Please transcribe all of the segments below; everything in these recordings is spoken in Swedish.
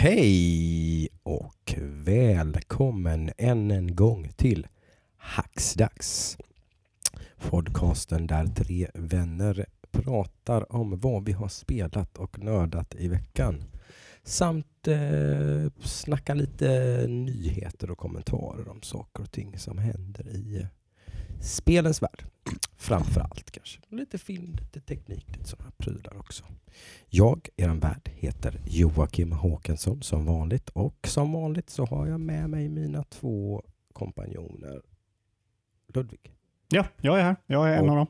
Hej och välkommen än en gång till Hacksdags. Podcasten där 3 vänner pratar om vad vi har spelat och nördat i veckan. Samt snacka lite nyheter och kommentarer om saker och ting som händer i spelens värld. Framförallt kanske. Lite film, lite teknik, lite sådana prylar också. Jag, eran värd, heter Joakim Håkansson som vanligt. Och som vanligt så har jag med mig mina 2 kompanjoner. Ludvig. Ja, jag är här. Jag är en av dem.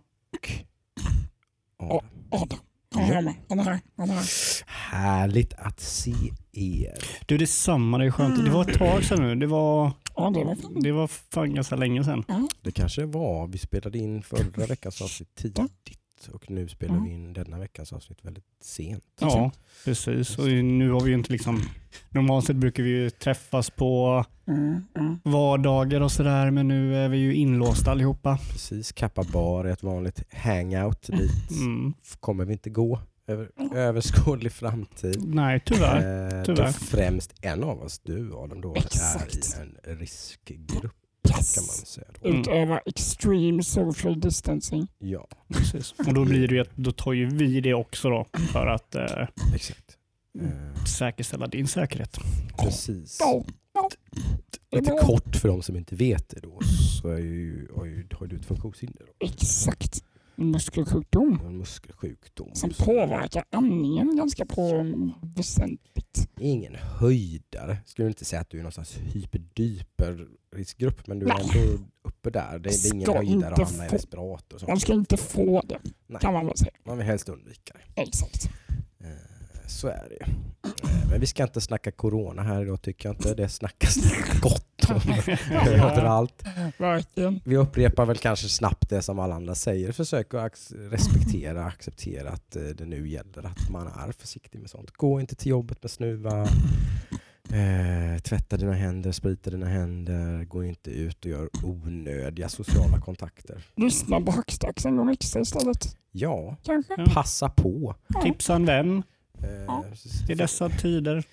Adam. Adam. Härligt att se er. Du, det är samma. Det är skönt. Det var ett tag sedan nu. Det var fan ganska länge sedan. Det kanske var. Vi spelade in förra veckans avsnitt tidigt. Och nu spelar vi in denna veckans avsnitt väldigt sent. Ja, precis. Och nu har vi ju inte liksom... Normalt sett brukar vi ju träffas på vardagar och sådär. Men nu är vi ju inlåsta allihopa. Precis. Kappa bar är ett vanligt hangout. Dit kommer vi inte gå över överskådlig framtid. Nej, tyvärr. Då främst en av oss, du Adam, då är i en riskgrupp. Kan man säga då. Utöver extreme social distancing. Ja, precis. Och då blir det ju att då tar ju vi det också då för att exakt. säkerställa din säkerhet. Precis. Lite kort för de som inte vet det då, så har du ett funktionshinder då. Exakt. En muskelsjukdom. En muskelsjukdom. Som påverkar andningen ganska väsentligt. Ingen höjdare. Skulle inte säga att du är någonstans hyperdyper riskgrupp, men du är ändå uppe där. Det är ingen höjdare att hamna i respirator. Man ska inte få det. Nej. Kan man väl säga. Man vill helst undvika det. Exakt. Så är det. Men vi ska inte snacka corona här idag, tycker jag inte. Det snackas gott om överallt. Vi upprepar väl kanske snabbt det som alla andra säger. Försök att respektera, acceptera att det nu gäller att man är försiktig med sånt. Gå inte till jobbet med snuva. Tvätta dina händer, sprita dina händer. Gå inte ut och gör onödiga sociala kontakter. Lyssna på Hacksdags en gång extra istället. Ja, kanske. Passa på. Tipsa en vän. I dessa tider.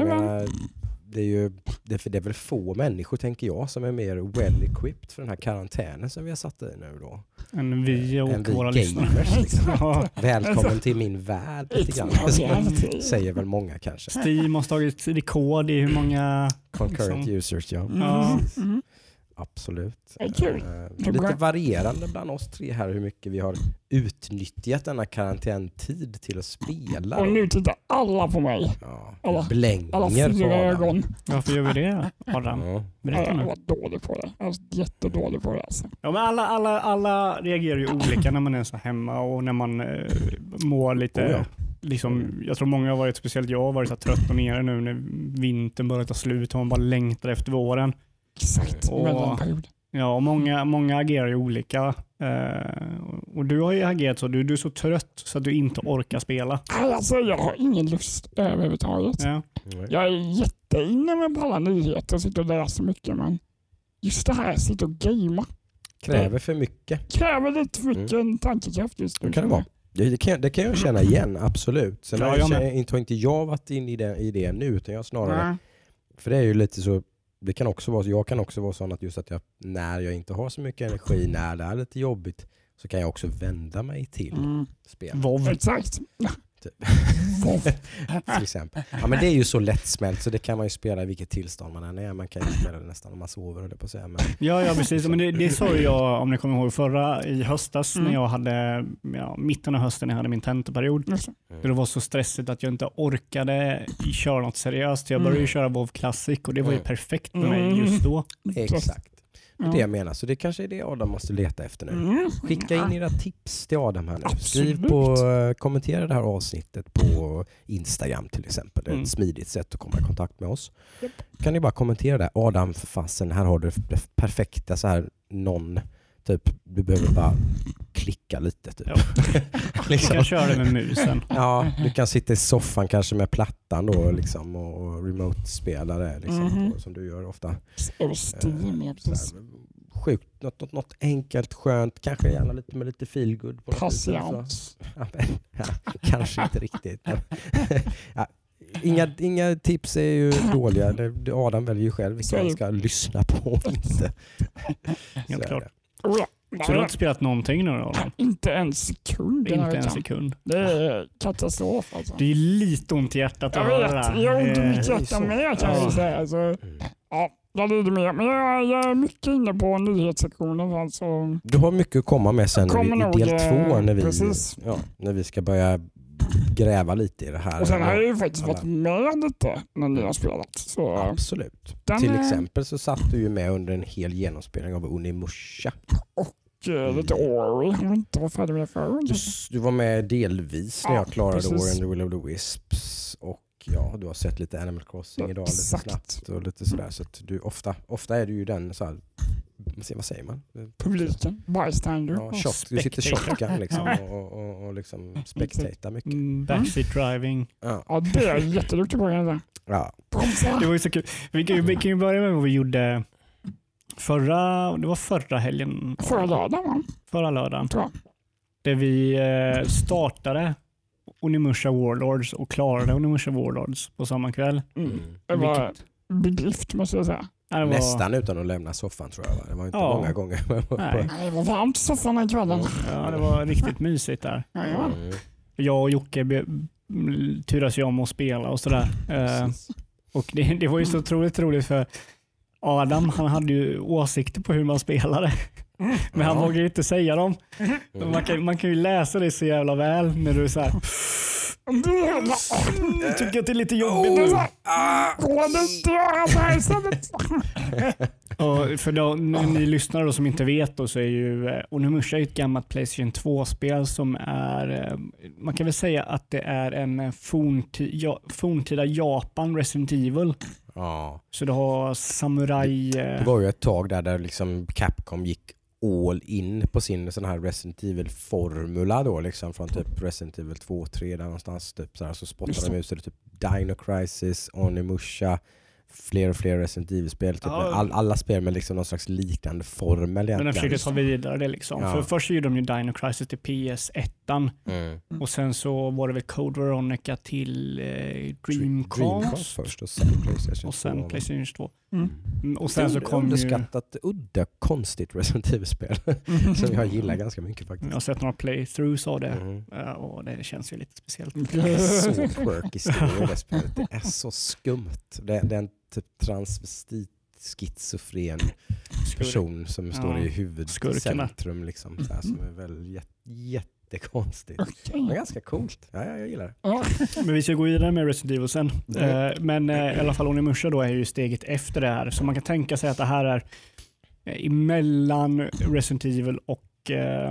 Det är väl få människor, tänker jag, som är mer well-equipped för den här karantänen som vi har satt i nu då. Än vi och våra lyssnare. Liksom. Välkommen till min värld. Säger väl många kanske. Steam har tagit rekord i hur många... Concurrent users, ja. Absolut. Lite varierande bland oss 3 här hur mycket vi har utnyttjat denna karantäntid till att spela. Och nu tittar alla på mig. Ja, alla 4 ögon. Varför gör vi det, Adam? Berätta nu. Jag var dålig på det. Jag var jättedålig på det. Alltså. Ja, men alla reagerar ju olika när man är så hemma och när man mår lite... Liksom, jag tror många har varit, speciellt jag har varit så trött och nere nu när vintern börjar ta slut och man bara längtar efter våren. Exakt, mellanperiod. Ja, och många agerar ju olika. Och du har ju agerat så. Du är så trött så att du inte orkar spela. Alltså, jag har ingen lust överhuvudtaget. Ja. Jag är jätteinne med på alla nyheter och sitter och läser mycket. Men just det här, sitter och gamea. Kräver för mycket. Kräver lite för mycket tankekraft just nu. Det kan det vara. Det kan jag känna igen, absolut. Sen har inte jag varit in i det nu, utan jag snarare... För det är ju lite så... Det kan också vara, jag kan också vara sån att just att när jag inte har så mycket energi, när det är lite jobbigt, så kan jag också vända mig till spel. WoW. Exakt. Till exempel. Ja, men det är ju så lättsmält så det kan man ju spela i vilket tillstånd man än är. Man kan ju spela det nästan om man sover, eller på att säga. Men... Ja, precis. Men det sa jag, om ni kommer ihåg, förra i höstas när jag hade, mitten av hösten när jag hade min tentaperiod. Det var så stressigt att jag inte orkade köra något seriöst. Jag började ju köra WoW Classic och det var ju perfekt för mig just då. Exakt. Det är det jag menar. Så det kanske är det Adam måste leta efter nu. Skicka in era tips till Adam här nu. Skriv kommentera det här avsnittet på Instagram till exempel. Det är ett smidigt sätt att komma i kontakt med oss. Kan ni bara kommentera det. Adam, för fasen, här har du det perfekta så här typ, du behöver bara klicka lite typ. Ja. Liksom. Du kan köra det med musen. Ja, du kan sitta i soffan kanske med plattan då liksom, och remote-spelare liksom, som du gör ofta. Sjukt, något enkelt, skönt, kanske gärna med lite feelgood på patiens. Kanske inte riktigt. inga tips är ju dåliga. Adam väljer ju själv vilka han ska lyssna på och inte. Helt klart. Så du har inte spelat någonting nu då? Inte en sekund. Inte en sekund. Det är katastrof alltså. Det är lite ont i hjärtat. Jag vet, jag har ont i mitt hjärta med kan jag säga. Alltså, ja, jag lider med. Men jag är mycket inne på nyhetssektionen. Alltså. Du har mycket att komma med sen i del 2 när vi ska börja gräva lite i det här. Och sen har jag ju faktiskt varit med lite när ni har spelat. Så. Absolut. Till exempel så satt du ju med under en hel genomspelning av Onimusha. Och lite Ori har inte varit färdig med förr. Du var med delvis när jag klarade Ori and the Will of the Wisps. Och ja, du har sett lite Animal Crossing idag lite snabbt och lite sådär. Så att du ofta är du ju den så här, vad säger man? Publiken, bystander. Ja, du sitter shotgun liksom och liksom spectatar mycket. Backseat driving. Ja, det är jätteduktig på det. Ja. Det var ju så kul. Vi kan ju börja med vad vi gjorde förra helgen. Förra lördagen. Ja. Där vi startade Onimusha Warlords och klarade Onimusha Warlords på samma kväll. Det var bedrift måste jag säga. Nästan utan att lämna soffan tror jag. Det var inte många gånger. Nej, det var varmt i soffan i kvällen. Ja, det var riktigt mysigt där. Jag och Jocke turas ju om att spela och sådär. Och det var ju så otroligt roligt för Adam, han hade ju åsikter på hur man spelade. Men han vågar ju inte säga dem. Man kan ju läsa det så jävla väl när du är så här. Jag tycker att det är lite jobbigt nu. Och för då, ni lyssnare då som inte vet då, så är ju Onimusha ett gammalt PlayStation 2-spel som är, man kan väl säga att det är en forntida Japan Resident Evil. Ja. Så du har samurai. Det var ju ett tag där liksom Capcom gick all in på sin sån här Resident Evil-formula då liksom från typ Resident Evil 2, 3 där någonstans typ så här, så spottade de ut så det typ Dino Crisis, Onimusha, fler och fler Resident Evil-spel typ, alla spel med liksom någon slags liknande formel egentligen. Men de försöker ta vidare det liksom. För först gjorde de ju Dino Crisis till PS1 och sen så var det väl Code Veronica till Dreamcast först och sen PlayStation 2. Och sen så kom underskattat udda konstigt Resident Evil-spel som jag gillar ganska mycket faktiskt. Jag har sett några playthroughs av det och det känns ju lite speciellt. Det är så quirky story det spelet. Det är så skumt. Det är en typ transvestit schizofren person som står i huvudcentrum liksom, så här, som är väl jättekonstigt. Men ganska coolt. Ja, jag gillar det. Men vi ska gå vidare med Resident Evil sen. Men i alla fall Onimusha då är ju steget efter det här. Så man kan tänka sig att det här är emellan Resident Evil och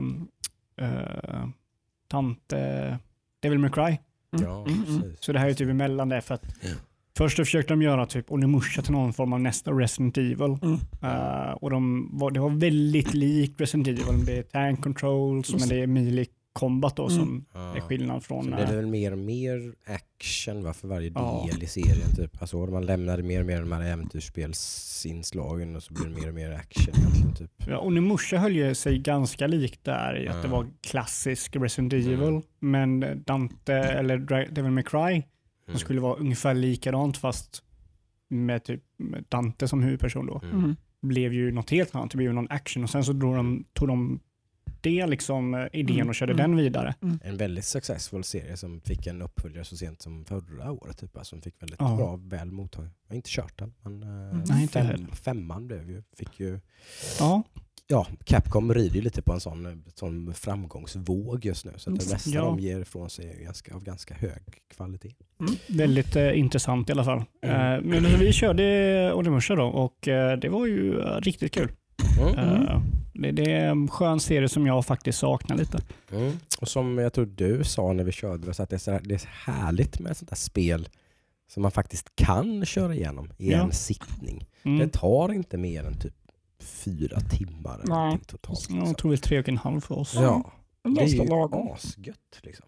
Tante Devil May Cry. Ja, så det här är typ emellan det för att först försökte de göra typ Onimusha till någon form av nästa Resident Evil. Och det var väldigt likt Resident Evil. Det är tank controls men det är melee combat då som är skillnad från. Så det är väl mer och mer action för varje del i serien typ. Alltså man lämnade mer och mer de här äventyrsspelsinslagen och så blir det mer och mer action egentligen typ. Ja, Onimusha höll ju sig ganska likt där i att det var klassisk Resident Evil men Dante eller Devil May Cry som skulle vara ungefär likadant fast med typ Dante som huvudperson då. Blev ju något helt annat. Det blev ju någon action och sen så tog de det liksom idén och körde den vidare. En väldigt successful serie som fick en uppföljare så sent som förra året typ, som fick väldigt bra, väl mottagning. Jag har inte kört den, men femman fick ju Capcom rider ju lite på en sån framgångsvåg just nu så att det mesta de ger ifrån sig är av ganska hög kvalitet. Väldigt intressant i alla fall. Men vi körde Onimusha då och det var ju riktigt kul. Det är en skön serie som jag faktiskt saknar lite. Och som jag tror du sa när vi körde så att det är härligt med sånt där spel som man faktiskt kan köra igenom i en sittning. Det tar inte mer än typ 4 timmar eller totalt. Jag tror väl 3,5 för oss. Ja, det är ju asgött liksom.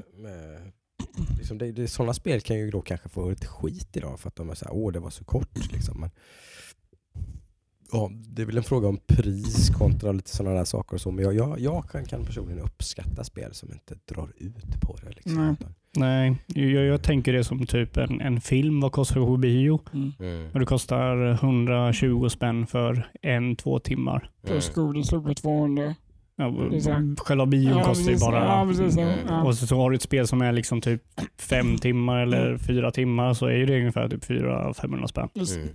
Liksom sådana spel kan ju då kanske få ett skit idag för att de är så här, det var så kort liksom. Men det är väl en fråga om pris kontra lite sådana där saker och så, men jag kan personligen uppskatta spel som inte drar ut på det liksom. Nej, jag tänker det som typ en film. Vad kostar det på bio? Och det kostar 120 spänn för 1-2 timmar. Plus godis uppe 200. Ja, själva bion kostar ju bara... Och så har du ett spel som är liksom typ 5 timmar eller 4 timmar, så är ju det ungefär typ 400-500 spänn.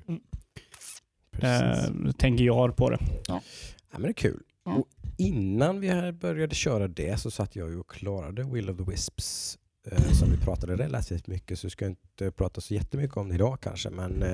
Tänker jag på det. Ja, men det är kul. Och innan vi började köra det så satt jag ju och klarade Will of the Wisps som vi pratade relativt mycket, så ska jag inte prata så jättemycket om det idag kanske, men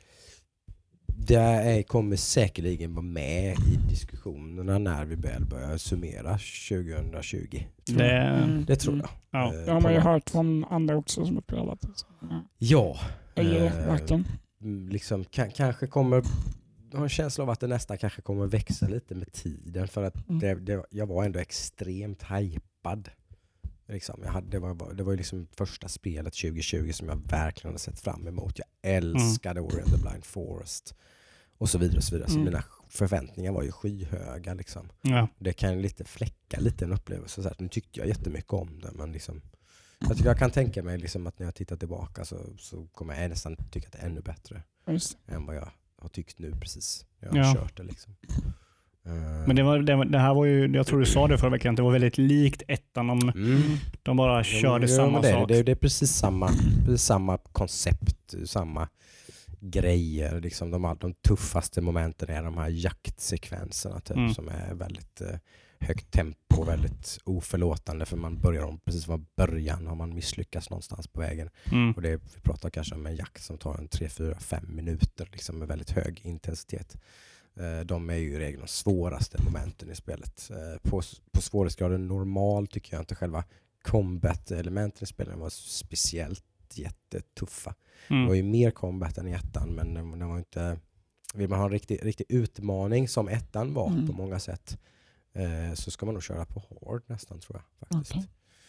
det kommer säkerligen vara med i diskussionerna när vi väl börjar summera 2020. Det tror jag. Ja, det har man ju hört från andra också som har spelat. Ja. Verkligen. Liksom, kanske kommer... Jag har en känsla av att det nästan kanske kommer växa lite med tiden, för att jag var ändå extremt hypad. Liksom, det var ju liksom första spelet 2020 som jag verkligen hade sett fram emot. Jag älskade Ori and the Blind Forest och så vidare och så vidare. Så mina förväntningar var ju skyhöga liksom. Ja. Det kan lite fläcka lite en upplevelse. Så nu tyckte jag jättemycket om det, men liksom, jag kan tänka mig liksom att när jag tittar tillbaka så kommer jag nästan tycka att det är ännu bättre än vad jag har tyckt nu precis. Jag har kört det liksom. Men det här var ju, jag tror du sa det förra veckan, det var väldigt likt ettan om de bara körde samma sak. Det är precis samma koncept, samma grejer. Liksom de tuffaste momenten är de här jaktsekvenserna typ, som är väldigt högt tempo, väldigt oförlåtande, för man börjar om precis från början har man misslyckats någonstans på vägen. Och vi pratar kanske om en jakt som tar 3-4-5 minuter liksom, med väldigt hög intensitet. De är ju i regel de svåraste momenten i spelet. På svårighetsgraden normal tycker jag inte själva combat-elementen i spelet var speciellt jättetuffa. Det var ju mer combat än i ettan, men det var inte... Vill man ha en riktig utmaning som ettan var på många sätt, så ska man nog köra på hard nästan, tror jag faktiskt.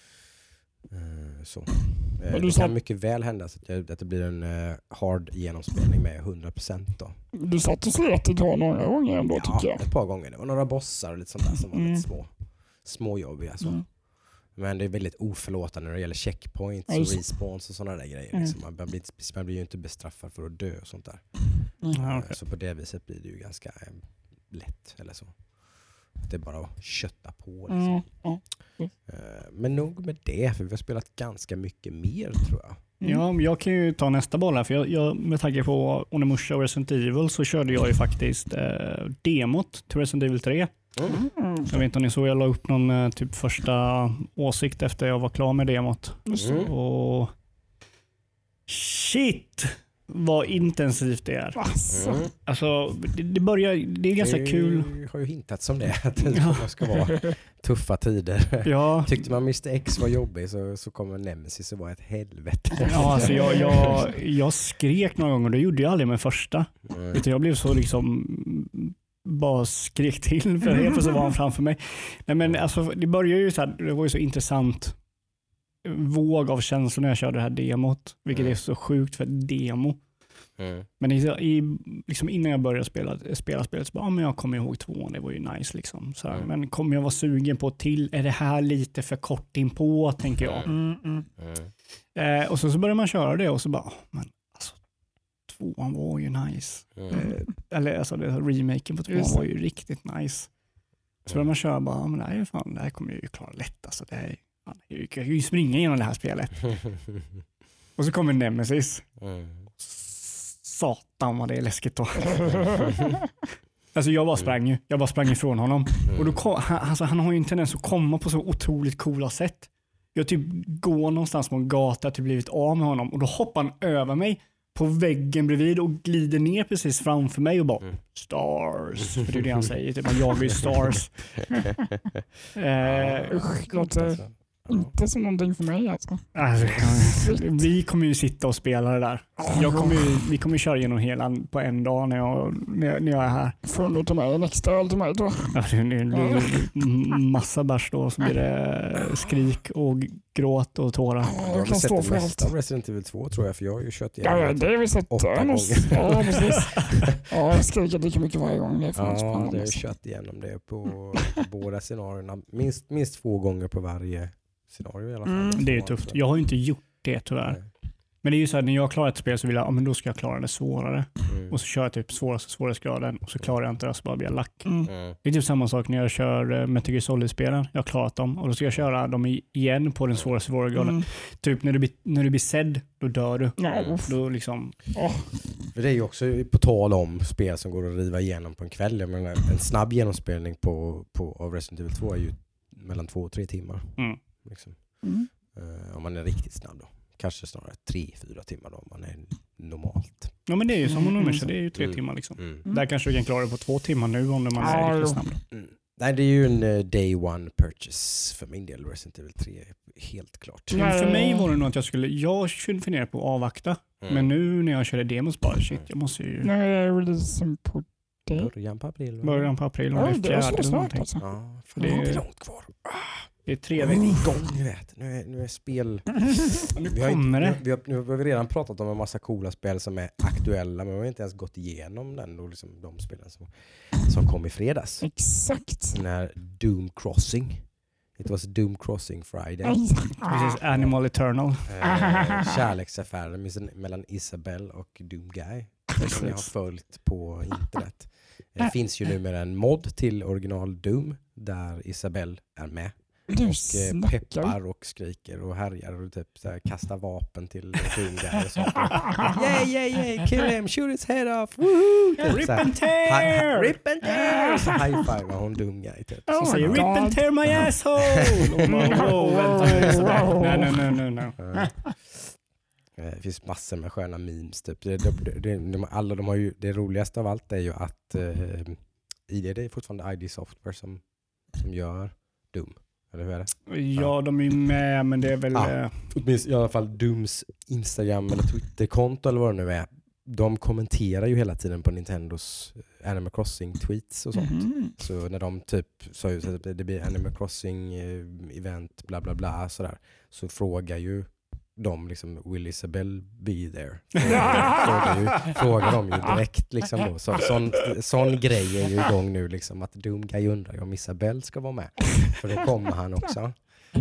Så. Det kan mycket väl hända att det blir en hard genomspelning med 100% då. Du satt och slet i några gånger ändå, tycker jag. Ett par gånger. Det var några bossar och lite sånt där som var lite småjobbiga. Så. Men det är väldigt oförlåtande när det gäller checkpoints och respawns och sådana där grejer. Liksom. Man blir ju inte bestraffad för att dö och sånt där. Så på det viset blir det ju ganska lätt eller så. Det är bara att kötta på. Liksom. Men nog med det, för vi har spelat ganska mycket mer, tror jag. Ja, jag kan ju ta nästa boll här, för jag med tanke på Onimusha och Resident Evil så körde jag ju faktiskt demot till Resident Evil 3. Jag vet inte om ni såg, jag la upp någon typ första åsikt efter jag var klar med demot. Och shit! Vad intensivt det är. Alltså, det är ganska kul. Jag har ju hintat som det, att det ska vara tuffa tider. Ja. Tyckte man Mr. X var jobbig så kommer Nemesis och var ett helvete. Ja, alltså jag skrek några gånger, det gjorde jag aldrig med första. Utan jag blev så liksom bara skrek till, för helt plötsligt var han framför mig. Nej, men alltså, det började ju så här, det var ju så intressant våg av känslor när jag körde det här demot, vilket är så sjukt för ett demo. Men liksom innan jag började spela spelet så bara, men jag kommer ihåg 2, det var ju nice liksom. Så här, men kommer jag vara sugen på till, är det här lite för kort in på, tänker jag. Och så började man köra det och så bara, men alltså 2 var ju nice. Eller alltså remaken på 2 var ju riktigt nice. Så började man köra bara, men det här kommer jag ju klara lätt, alltså det här, jag kan ju springa igenom det här spelet. Och så kommer Nemesis. Satan vad det är läskigt då. Alltså jag bara sprang ifrån honom. Och då han har ju en tendens att komma på så otroligt coola sätt. Jag typ går någonstans på en gata, typ blivit av med honom, och då hoppar han över mig på väggen bredvid och glider ner precis framför mig och bara stars. För det är det han säger, typ, man jagar ju stars. Inte som någonting för mig alltså. Vi kommer ju sitta och spela det där. Vi kommer köra igenom hela på en dag när jag är här. Får du ta med en extra öl till mig då? Ja, det är massa bärs då, så blir det skrik och gråt och tårar. Jag kan stå för allt. Av Resident Evil 2 tror jag, för jag har ju kört igenom det har vi sett 8 gånger. Ja, precis. Ja, jag skriker lika mycket varje gång. Jag har ju kört igenom det på båda scenarierna. Minst 2 gånger på varje scenario i alla fall. Det är tufft. Jag har ju inte gjort det tyvärr. Nej. Men det är ju så här, när jag klarar ett spel så vill jag, men då ska jag klara det svårare. Och så kör jag typ svårighetsgraden och så klarar jag inte det så bara blir jag lack. Det är typ samma sak när jag kör Metal Gear Solid-spelen. Jag har klarat dem och då ska jag köra dem igen på den svårighetsgraden. Typ när du blir sedd, då dör du. Då liksom... För det är ju också på tal om spel som går att riva igenom på en kväll. Jag menar, en snabb genomspelning av Resident Evil 2 är ju mellan 2 och 3 timmar. Liksom. Om man är riktigt snabb då. Kanske snarare 3-4 timmar då, om man är normalt. Ja, men det är ju som man det är ju 3 timmar liksom. Där kanske du kan klara det på 2 timmar nu om man är riktigt snabb. Nej, det är ju en day one purchase för min del, Resident Evil 3, helt klart. Men för mig var det nog att jag skulle fundera på att avvakta. Men nu när jag körde demos bara, shit, jag måste ju... När är releasen på det? Början på april. Det är så snart alltså. Ja, för det är inte långt kvar. Det är 3 veckor igång, vet. Nu är spel... Nu kommer det. Nu har vi redan pratat om en massa coola spel som är aktuella, men vi har inte ens gått igenom den och liksom de spelen som kom i fredags. Exakt. När Doom Crossing. It was Doom Crossing Friday. Precis, Animal Eternal. Kärleksaffären mellan Isabelle och Doom Guy. Som jag har följt på internet. Det finns ju numera en mod till original Doom där Isabelle är med. Och peppar och skriker och härjar och typ så här, kastar vapen till Doom Guy och sånt. Yeah, kill him, shoot his head off, woohoo! Rip and tear! Rip and tear! Så high-five hon Doom Guy typ. Så säger rip and tear my asshole! Nej. Det finns massor med sköna memes typ. Alla de har ju, det roligaste av allt är ju att det är fortfarande ID Software som gör Doom. Eller hur är det? Ja, de är med, men det är väl... Åtminstone i alla fall Dooms Instagram eller Twitterkonto eller vad det nu är. De kommenterar ju hela tiden på Nintendos Animal Crossing tweets och sånt. Så när de typ sa ju att det blir Animal Crossing event bla bla bla sådär, så frågar ju de liksom, will Isabelle be there? Frågar de ju direkt liksom då. Sån grej är ju igång nu liksom, att Doom Guy undrar om Isabelle ska vara med. För då kommer han också.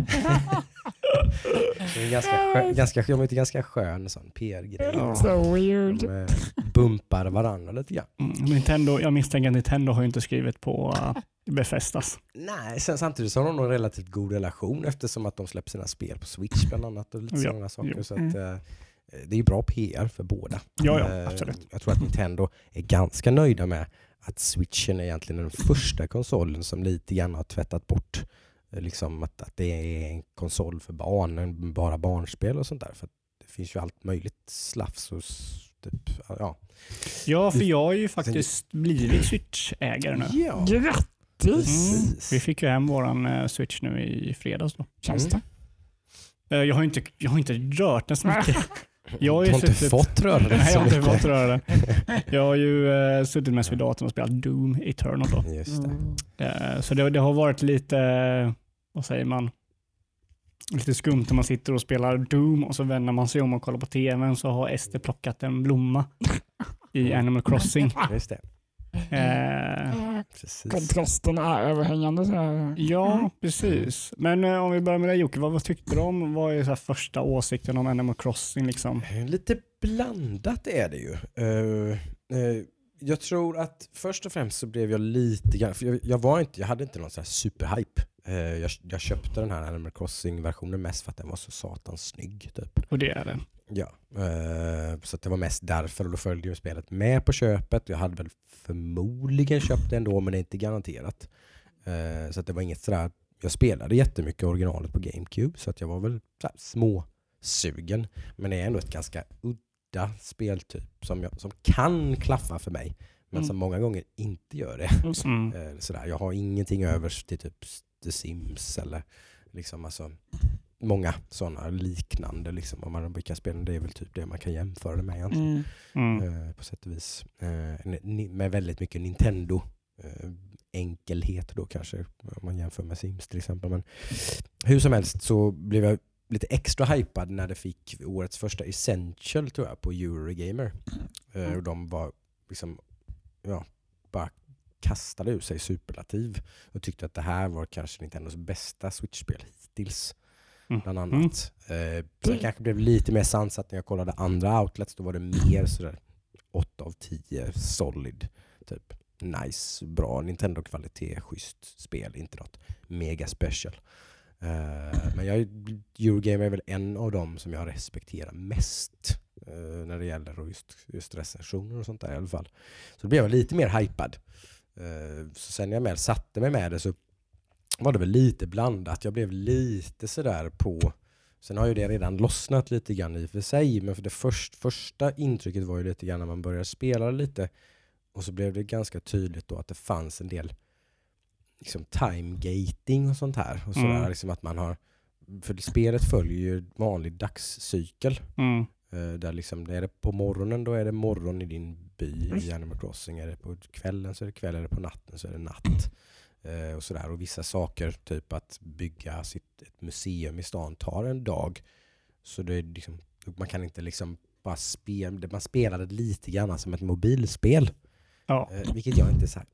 Det är ganska skön sån PR-grej. So weird. De bumpar varandra lite grann. Nintendo, jag misstänker att Nintendo har ju inte skrivit på Bethesdas. Nej, samtidigt så har de en relativt god relation eftersom att de släpper sina spel på Switch bland annat och lite sådana saker. Så att, det är ju bra PR för båda. Ja, absolut. Jag tror att Nintendo är ganska nöjda med att Switchen är egentligen den första konsolen som lite grann har tvättat bort liksom att det är en konsol för barn, bara barnspel och sånt där. För det finns ju allt möjligt slafs och typ, ja. Ja, för jag har ju faktiskt blivit Switch-ägare nu. Ja. Grattis! Vi fick ju hem våran Switch nu i fredags då. Känns det? Jag har inte rört den så mycket. Jag har ju inte fått röra den. Nej, jag har inte fått röra den. Jag har ju suttit med vid datorn och spelat Doom Eternal då. Just det. Så det har varit lite, vad säger man, lite skumt när man sitter och spelar Doom och så vänder man sig om och kollar på tvn, så har Ester plockat en blomma i Animal Crossing. Just det. Kontrasten är överhängande så här. Ja, precis. Men om vi börjar med det, Jocke, vad tyckte du om? Vad är så här första åsikten om Animal Crossing liksom? Lite blandat är det ju. Jag tror att först och främst så blev jag lite grann, för jag hade inte någon så här superhype. Jag köpte den här Animal Crossing-versionen mest för att den var så satans snygg typ. Och det är den. Ja, så att det var mest därför, och då följde ju spelet med på köpet. Jag hade väl förmodligen köpt det ändå, men det är inte garanterat. Så att det var inget sådär, jag spelade jättemycket originalet på GameCube, så att jag var väl såhär småsugen. Men det är ändå ett ganska udda speltyp som kan klaffa för mig, men som många gånger inte gör det. Sådär, jag har ingenting över till typ The Sims eller liksom alltså många sådana liknande liksom, om man brukar spela, det är väl typ det man kan jämföra det med egentligen. På sätt och vis. Med väldigt mycket Nintendo enkelhet då kanske, om man jämför med Sims till exempel. Men hur som helst så blev jag lite extra hypad när det fick årets första Essential, tror jag, på Eurogamer. Och de var liksom, ja, bara kastade ur sig superlativ och tyckte att det här var kanske Nintendos bästa Switch-spel hittills. bland annat. Sen kanske blev lite mer sansat när jag kollade andra outlets. Då var det mer sådär 8 av 10 solid. Typ nice, bra Nintendo-kvalitet, schysst spel. Inte något mega special. Men Eurogamer är väl en av dem som jag respekterar mest när det gäller just recensioner och sånt där i alla fall. Så då blev jag lite mer hypad. Så sen när jag satte mig med det så var det väl lite blandat. Jag blev lite sådär på... Sen har ju det redan lossnat lite grann i och för sig. Men för det första intrycket var ju lite grann när man började spela lite. Och så blev det ganska tydligt då att det fanns en del liksom time-gating och sånt här. Och sådär liksom att man har... För spelet följer ju vanlig dagscykel. Där liksom, är det på morgonen, då är det morgon i din by i Animal Crossing. Är det på kvällen så är det kväll, är det på natten så är det natt. Och sådär. Och vissa saker, typ att bygga ett museum i stan, tar en dag. Så det är liksom, man kan inte liksom bara spela, man spelade lite grann som ett mobilspel. Ja. Vilket jag inte så här,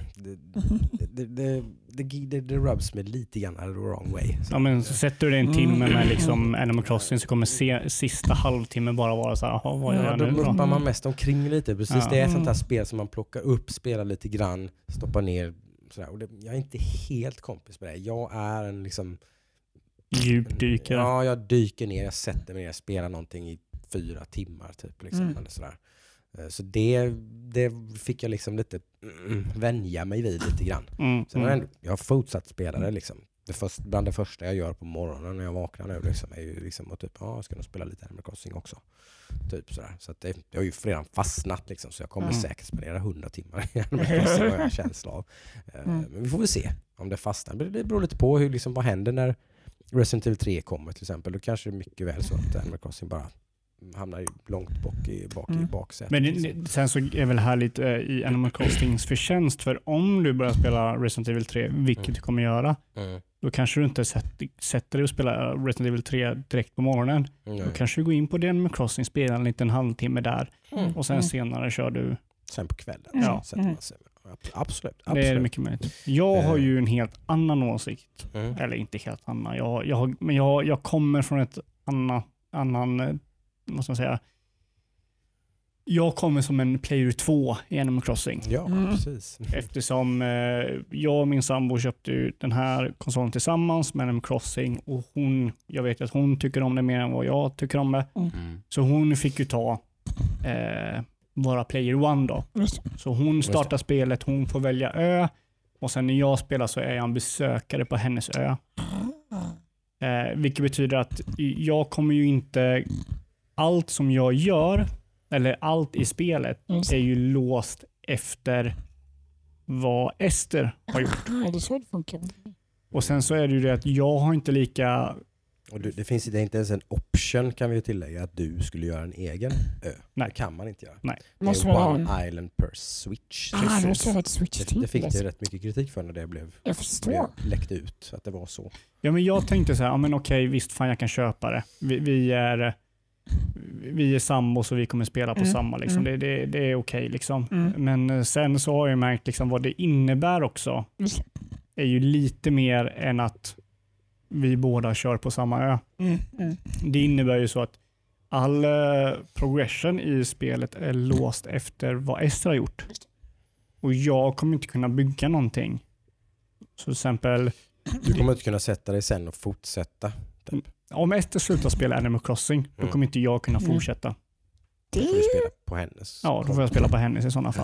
det rubs med lite grann the wrong way. Så. Ja, men så sätter du det en timme med liksom Animal Crossing så kommer sista halvtimmen bara vara så här, vad gör jag nu då? Då Då man mest omkring lite. Precis, det är ett sånt här spel som man plockar upp, spelar lite grann, stoppar ner sådär. Och jag är inte helt kompis med det. Jag är en liksom... djupdykare. Ja, jag dyker ner, jag sätter mig ner, spelar någonting i 4 timmar typ. Liksom, eller sådär. Så det fick jag liksom lite vänja mig vid lite grann. Sen jag har fortsatt spela det liksom. Bland det första jag gör på morgonen när jag vaknar nu liksom, är ju liksom att typ, jag ska nog spela lite Animal Crossing också. Typ sådär. Så att det har ju redan fastnat liksom, så jag kommer säkert spendera 100 timmar i Animal Crossing, vad jag har känsla av. Men vi får väl se om det fastnar. Det beror lite på liksom, vad händer när Resident Evil 3 kommer till exempel. Då kanske det är mycket väl så att Animal Crossing bara hamnar långt bak i baksätet. Men liksom. Sen så är väl här lite i Animal Crossings förtjänst, för om du börjar spela Resident Evil 3, vilket du kommer göra, då kanske du inte sätter dig och spelar Resident Evil 3 direkt på morgonen. Då kanske du går in på Animal Crossing, spelar en liten halvtimme där och sen senare kör du. Sen på kvällen. Ja. Absolut. Det är mycket möjligt. Jag har ju en helt annan åsikt. Eller inte helt annan. Jag kommer från ett annan vad ska man säga. Jag kommer som en player 2 i Animal Crossing. Ja, precis. Eftersom jag och min sambo köpte ju den här konsolen tillsammans med Animal Crossing, och jag vet att hon tycker om det mer än vad jag tycker om det. Så hon fick ju ta vara player 1 då. Så hon startar spelet, hon får välja ö, och sen när jag spelar så är jag en besökare på hennes ö. Vilket betyder att jag kommer ju inte... Allt som jag gör, eller allt i spelet, är ju låst efter vad Ester har gjort. Och sen så är det ju det att jag har inte lika... Och det finns inte ens en option, kan vi ju tillägga, att du skulle göra en egen ö. Nej. Det kan man inte göra. Nej. Det är one island per switch. Det fick det rätt mycket kritik för när det blev läckt ut, att det var så. Ja, men jag tänkte så här, men okej, visst fan jag kan köpa det. Vi är sambo, så vi kommer spela på samma liksom. Det är okej liksom. Men sen så har jag märkt liksom vad det innebär också. Är ju lite mer än att vi båda kör på samma ö. Det innebär ju så att all progression i spelet är låst efter vad Ester har gjort. Och jag kommer inte kunna bygga någonting. Så till exempel... Du kommer inte kunna sätta dig sen och fortsätta. Typ. Om Ester slutar spela Animal Crossing, då kommer inte jag kunna fortsätta. Då får du spela på hennes. Ja, då får jag spela på hennes i sådana fall.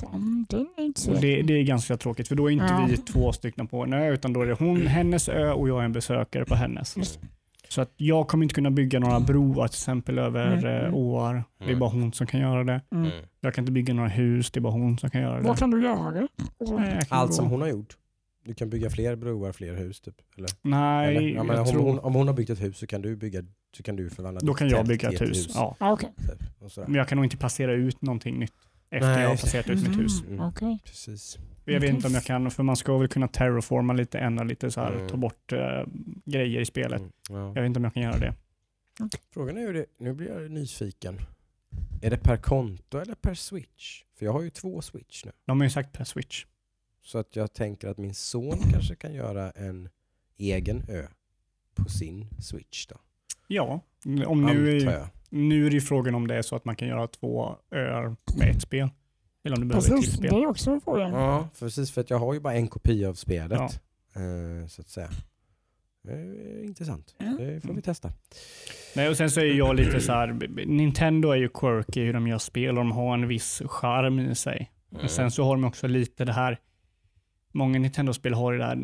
Och det är ganska tråkigt, för då är inte vi 2 stycken på en ö, utan då är det hennes ö och jag är en besökare på hennes. Så att jag kommer inte kunna bygga några broar till exempel över åar. Det är bara hon som kan göra det. Jag kan inte bygga några hus, det är bara hon som kan göra det. Vad kan du göra? Allt som hon har gjort. Du kan bygga fler broar, fler hus typ, eller? Nej, eller? Ja, men om hon har byggt ett hus så kan du förvandla. Då kan jag bygga ett hus. Ja. Okay. Men jag kan nog inte passera ut någonting nytt efter jag har passerat ut mitt hus. Okay. Precis. Jag vet inte om jag kan, för man ska väl kunna terraforma lite, ändra lite så här, ta bort grejer i spelet. Jag vet inte om jag kan göra det. Frågan är ju det, nu blir jag nyfiken. Är det per konto eller per switch? För jag har ju 2 switch nu. De har ju sagt per switch. Så att jag tänker att min son kanske kan göra en egen ö. på sin Switch då. Ja, om nu är det ju frågan om det är så att man kan göra 2 öar med ett spel. Eller om du behöver ett till spel. Det är också en fråga. Ja, precis, för att jag har ju bara en kopia av spelet. Så att säga. Intressant. Det får vi testa. Nej, och sen så är jag lite så här, Nintendo är ju quirky hur de gör spel och de har en viss charm i sig. Men sen så har de också lite det här, många Nintendo-spel har det där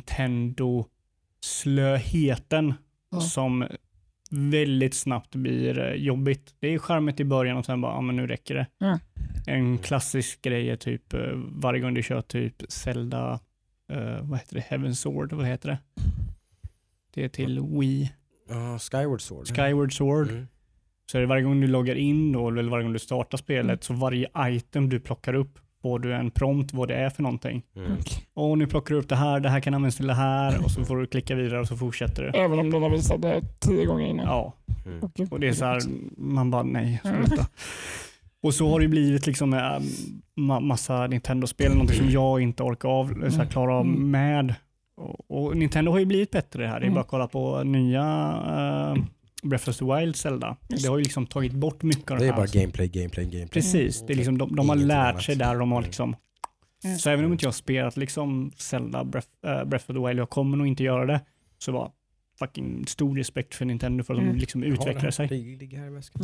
Nintendo-slöheten som väldigt snabbt blir jobbigt. Det är charmigt i början och sen bara, men nu räcker det. En klassisk grej är typ varje gång du kör typ Zelda, vad heter det? Heaven Sword, vad heter det? Det är till Wii. Skyward Sword. Skyward Sword. Så är det varje gång du loggar in då, eller varje gång du startar spelet, så varje item du plockar upp får du en prompt vad det är för någonting. Och nu plockar du upp det här kan användas till det här, och så får du klicka vidare och så fortsätter du. Även om den har visat det 10 gånger innan. Ja. Och det är så här, man bara nej, sluta. Och så har det blivit liksom massa Nintendo-spel, någonting som jag inte orkar av, så här, klara av med. Och Nintendo har ju blivit bättre det här. Det är bara att kolla på nya Breath of the Wild Zelda. Det har ju liksom tagit bort mycket av det här. Det är bara gameplay. Precis. Det är liksom, de har lärt sig där. De har liksom, så även om inte jag har spelat liksom Zelda Breath of the Wild, jag kommer nog inte göra det, så bara fucking stor respekt för Nintendo för att de liksom utvecklar sig. Det ligger här i väskan.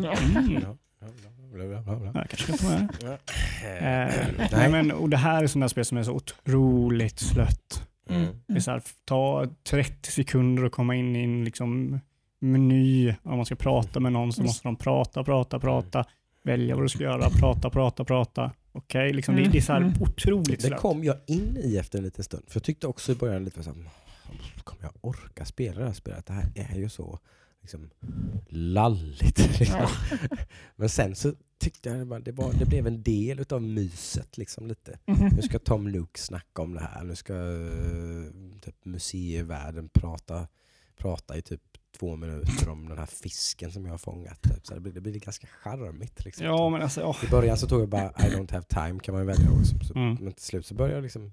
Jag kanske ska ta med det. Nej, men, och det här är sådana spel som är så otroligt slött. Det är så här, ta 30 sekunder och komma in i en liksom meny. Om man ska prata med någon så måste de prata. Välja vad du ska göra. Prata. Okej, liksom, det är så här otroligt slött. Det kom jag in i efter en liten stund. För jag tyckte också i början lite så här, kommer jag orka spela det här spelet? Det här är ju så liksom lalligt. Liksom. Men sen så tyckte jag det blev en del utav myset liksom lite. Nu ska Tom Nook snacka om det här. Nu ska typ museivärlden prata i typ 2 minuter om den här fisken som jag har fångat. Typ. Så det blir ganska charmigt. Liksom. Ja, men alltså, I början så tog jag bara I don't have time kan man ju välja. Men till slut så börjar jag liksom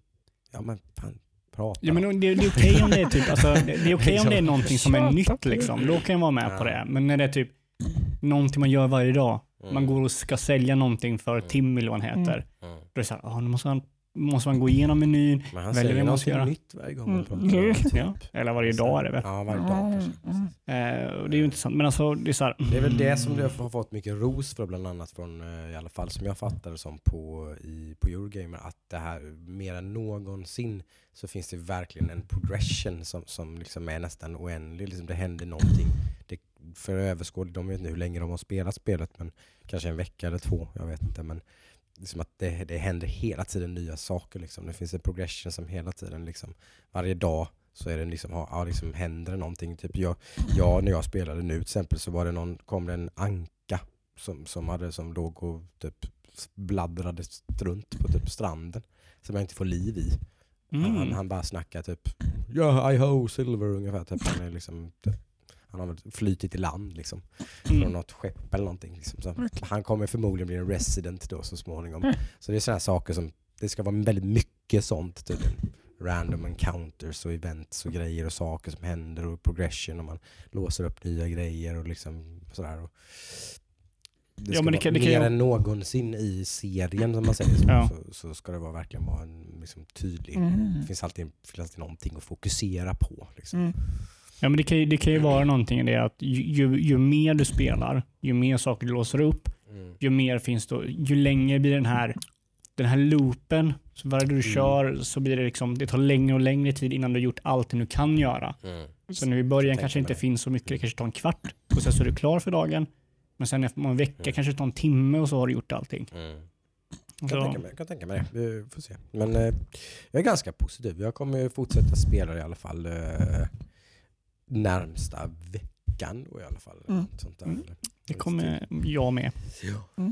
prata. Ja, men det är okej om det är typ, alltså, det är okej om det är någonting som är nytt liksom. Då kan jag vara med på det. Men när det är typ någonting man gör varje dag. Man går och ska sälja någonting för Timmy, vad han heter. Då är det så här, nu måste man gå igenom menyn. Men han säger något nytt varje gång man pratar. Ja. Eller varje dag är det väl? Ja, varje dag. Det är ju intressant. Men alltså, det är så här. Det är väl det som du har fått mycket ros för, bland annat från, i alla fall som jag fattade som på Eurogamer, att det här mer än någonsin så finns det verkligen en progression som liksom är nästan oändlig. Liksom det händer någonting. För överskådligt, de vet inte hur länge de har spelat spelet, men kanske en vecka eller 2, jag vet inte, men liksom att det händer hela tiden nya saker liksom. Det finns en progression som hela tiden liksom, varje dag så är det liksom, händer det någonting. Typ när jag spelade nu till exempel så var det kom det en anka som låg och typ bladdrade runt på typ stranden som jag inte får liv i. Han bara snackar typ I ho silver ungefär typ. Han är liksom han har väl flytit i land liksom från något skepp eller någonting liksom. Så han kommer förmodligen bli en resident då så småningom. Så det är sådana saker som det ska vara väldigt mycket sånt tydligen. Random encounters och events och grejer och saker som händer och progression och man låser upp nya grejer och liksom sådär. Och det ska vara mer än någonsin i serien som man säger så ska det verkligen vara en liksom tydlig. Det finns alltid någonting att fokusera på liksom. Ja, men det kan ju vara någonting i det att ju mer du spelar, ju mer saker du låser upp, ju mer finns då, ju längre blir den här loopen, så varje du kör så blir det liksom, det tar längre och längre tid innan du har gjort allt du kan göra. Så nu i början kanske inte finns så mycket, det kanske tar en kvart och sen så är du klar för dagen, men sen efter en vecka kanske det tar en timme och så har du gjort allting. Jag kan tänka mig det. Vi får se. Men jag är ganska positiv. Jag kommer fortsätta spela i alla fall närmsta veckan då i alla fall. Sånt där. Det kommer jag med. Ja.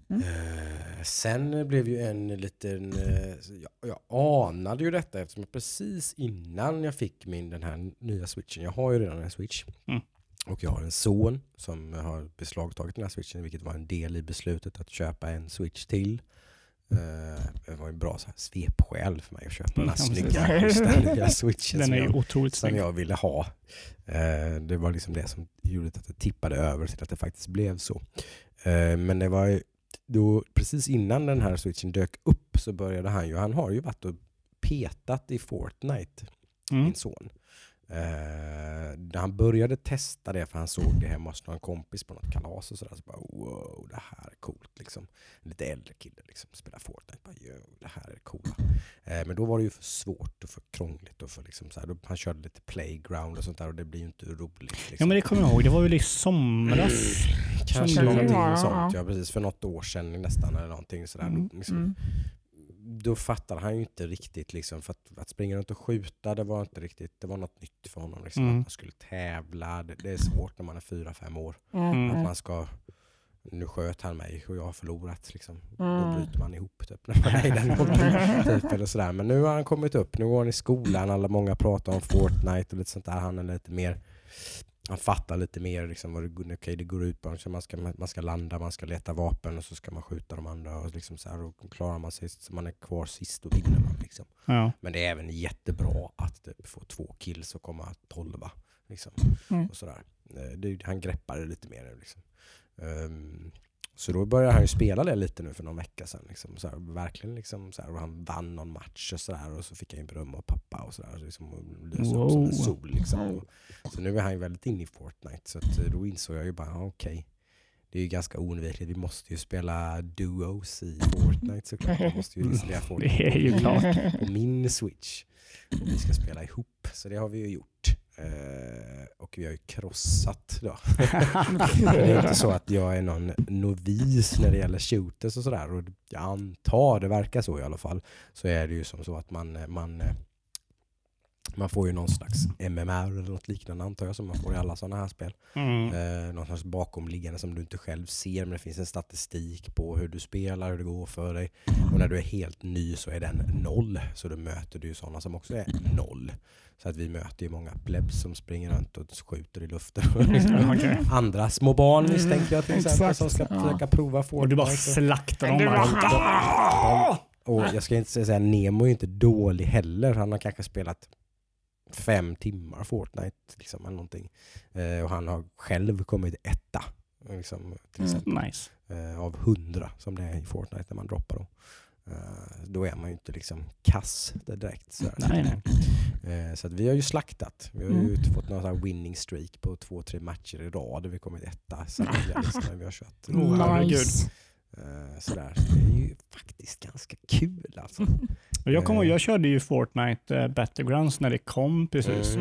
Sen blev ju en liten jag anade ju detta eftersom jag precis innan jag fick den här nya switchen, jag har ju redan en switch och jag har en son som har beslagtagit den här switchen, vilket var en del i beslutet att köpa en switch till. Det var en bra så här svepskäl för mig att köpa den här snygga ständiga switchen den är otroligt som jag ville ha. Det var liksom det som gjorde att det tippade över till att det faktiskt blev så. Men det var då precis innan den här switchen dök upp så började han har ju varit och petat i Fortnite, min son. När han började testa det, för han såg det hemma hos någon kompis på något kalas och sådär, så bara wow, det här är coolt liksom. En lite äldre kille liksom spelar Fortnite, bara det här är coola. Men då var det ju för svårt och för krångligt och för liksom så här, han körde lite playground och sånt där och det blir ju inte roligt liksom. Ja, men det kommer jag ihåg, det var ju i somras. Kanske någonting sånt, ja precis, för något år sedan nästan eller någonting sådär. Liksom. Då fattar han ju inte riktigt liksom, för att springa runt och skjuta, det var inte riktigt, det var något nytt för honom liksom, att man skulle tävla, det är svårt när man är 4-5 år att man ska, nu sköt han mig och jag har förlorat liksom, då bryter man ihop typ när man är i den åldern typ, eller sådär. Men nu har han kommit upp, nu går han i skolan, många pratar om Fortnite och lite sånt där, han är lite mer, han fattar lite mer liksom vad det går ut på. Så man ska landa, man ska leta vapen och så ska man skjuta de andra och liksom så här, och klarar man sig så man är kvar sist och vinner man liksom. Ja. Men det är även jättebra att typ få 2 kills och komma 12 liksom. Och sådär. Han greppar det lite mer liksom. Så då började han ju spela det lite nu för någon vecka sedan liksom, så här, verkligen liksom så här, och han vann någon match och så där, och så fick han ju beröm av pappa och så där liksom, och lyser upp som en sol liksom. Så nu är han ju väldigt inne i Fortnite, så att då insåg jag ju bara okej. Det är ju ganska oundvikligt. Vi måste ju spela duos i Fortnite såklart. Vi måste ju installera Fortnite. Det är ju klart. På min Switch. Och vi ska spela ihop. Så det har vi ju gjort. Och vi har ju krossat då. Det är inte så att jag är någon novis när det gäller shooters och sådär. Och jag antar, det verkar så i alla fall. Så är det ju som så att man får ju någon slags MMR eller något liknande, antar jag, som man får i alla sådana här spel. Någon slags bakomliggande som du inte själv ser, men det finns en statistik på hur du spelar, hur det går för dig. Och när du är helt ny så är den 0. Så då möter du ju sådana som också är 0. Så att vi möter ju många plebs som springer runt och skjuter i luften. Andra små barn misstänker jag till exempel som ska försöka prova Fortnite. Och du bara slaktar dem. Och jag ska inte säga, Nemo är ju inte dålig heller. Han har kanske spelat 5 timmar Fortnite liksom, eller någonting. Och han har själv kommit etta liksom, till exempel. Nice. Av 100 som det är i Fortnite när man droppar då. Då är man ju inte liksom kass direkt. Så att vi har ju slaktat. Vi har ju fått någon sån här winning streak på 2-3 matcher i rad. Vi kommit etta samtidigt liksom, när vi har kört. Nice. Sådär. Det är ju faktiskt ganska kul alltså. Jag körde ju Fortnite Battlegrounds när det kom precis.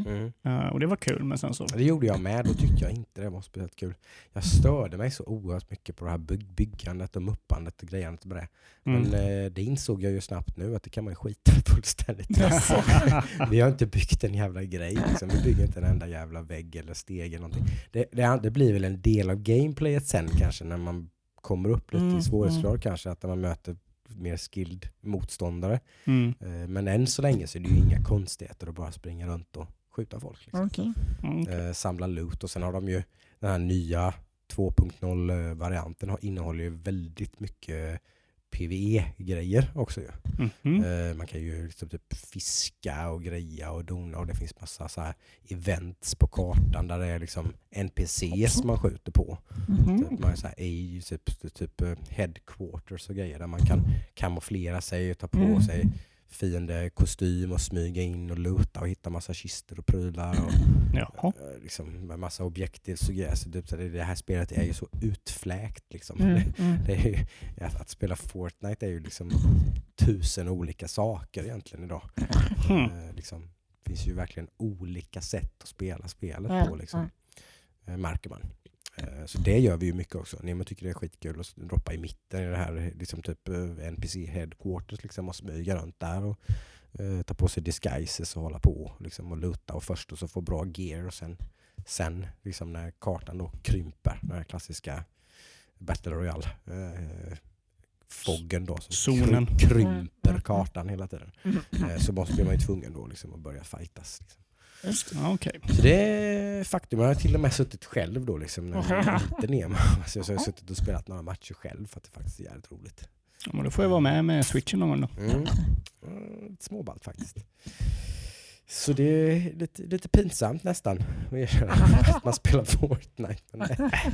Och det var kul, men sen så... Det gjorde jag med, då tyckte jag inte det var speciellt kul. Jag störde mig så oerhört mycket på det här byggandet och muppandet och grejandet med det. Men det insåg jag ju snabbt nu att det kan man ju skita fullständigt. Alltså. Vi har inte byggt en jävla grej. Liksom. Vi bygger inte en enda jävla vägg eller steg eller någonting. Det blir väl en del av gameplayet sen kanske när man kommer upp lite i svårighetsgrad kanske, att man möter mer skilled motståndare. Men än så länge så är det ju inga konstigheter att bara springa runt och skjuta folk. Liksom. Samla loot, och sen har de ju den här nya 2.0-varianten innehåller ju väldigt mycket PvE-grejer också ju. Man kan ju liksom typ fiska och greja och dona, och det finns massa så här events på kartan där det är liksom NPCs man skjuter på. Typ, man är så här, typ headquarters och grejer där man kan kamouflera sig och ta på sig fiendekostym och smyga in och luta och hitta massa kister och prylar och liksom med massa objektiv så grejer. Så det här spelet är ju så utfläkt liksom. Det är ju, att spela Fortnite är ju liksom 1000 olika saker egentligen idag. Liksom, det finns ju verkligen olika sätt att spela spelet på liksom, märker man. Så det gör vi ju mycket också. Nemo tycker det är skitkul att droppa i mitten i det här liksom typ NPC headquarters liksom, och smyga runt där och ta på sig disguises och hålla på liksom, och luta och först och så få bra gear och sen liksom när kartan då krymper, den här klassiska Battle Royale foggen då som krymper kartan hela tiden. Så blir man ju tvungen då liksom att börja fightas liksom. Okay. Så det är faktum. Jag har till och med suttit själv då liksom, när jag inte Nemo. Så jag har suttit och spelat några matcher själv för att det faktiskt är jävligt roligt. Ja, då får jag vara med Switchen någon gång då. Småballt faktiskt. Så det är lite pinsamt nästan att man spelar Fortnite. Men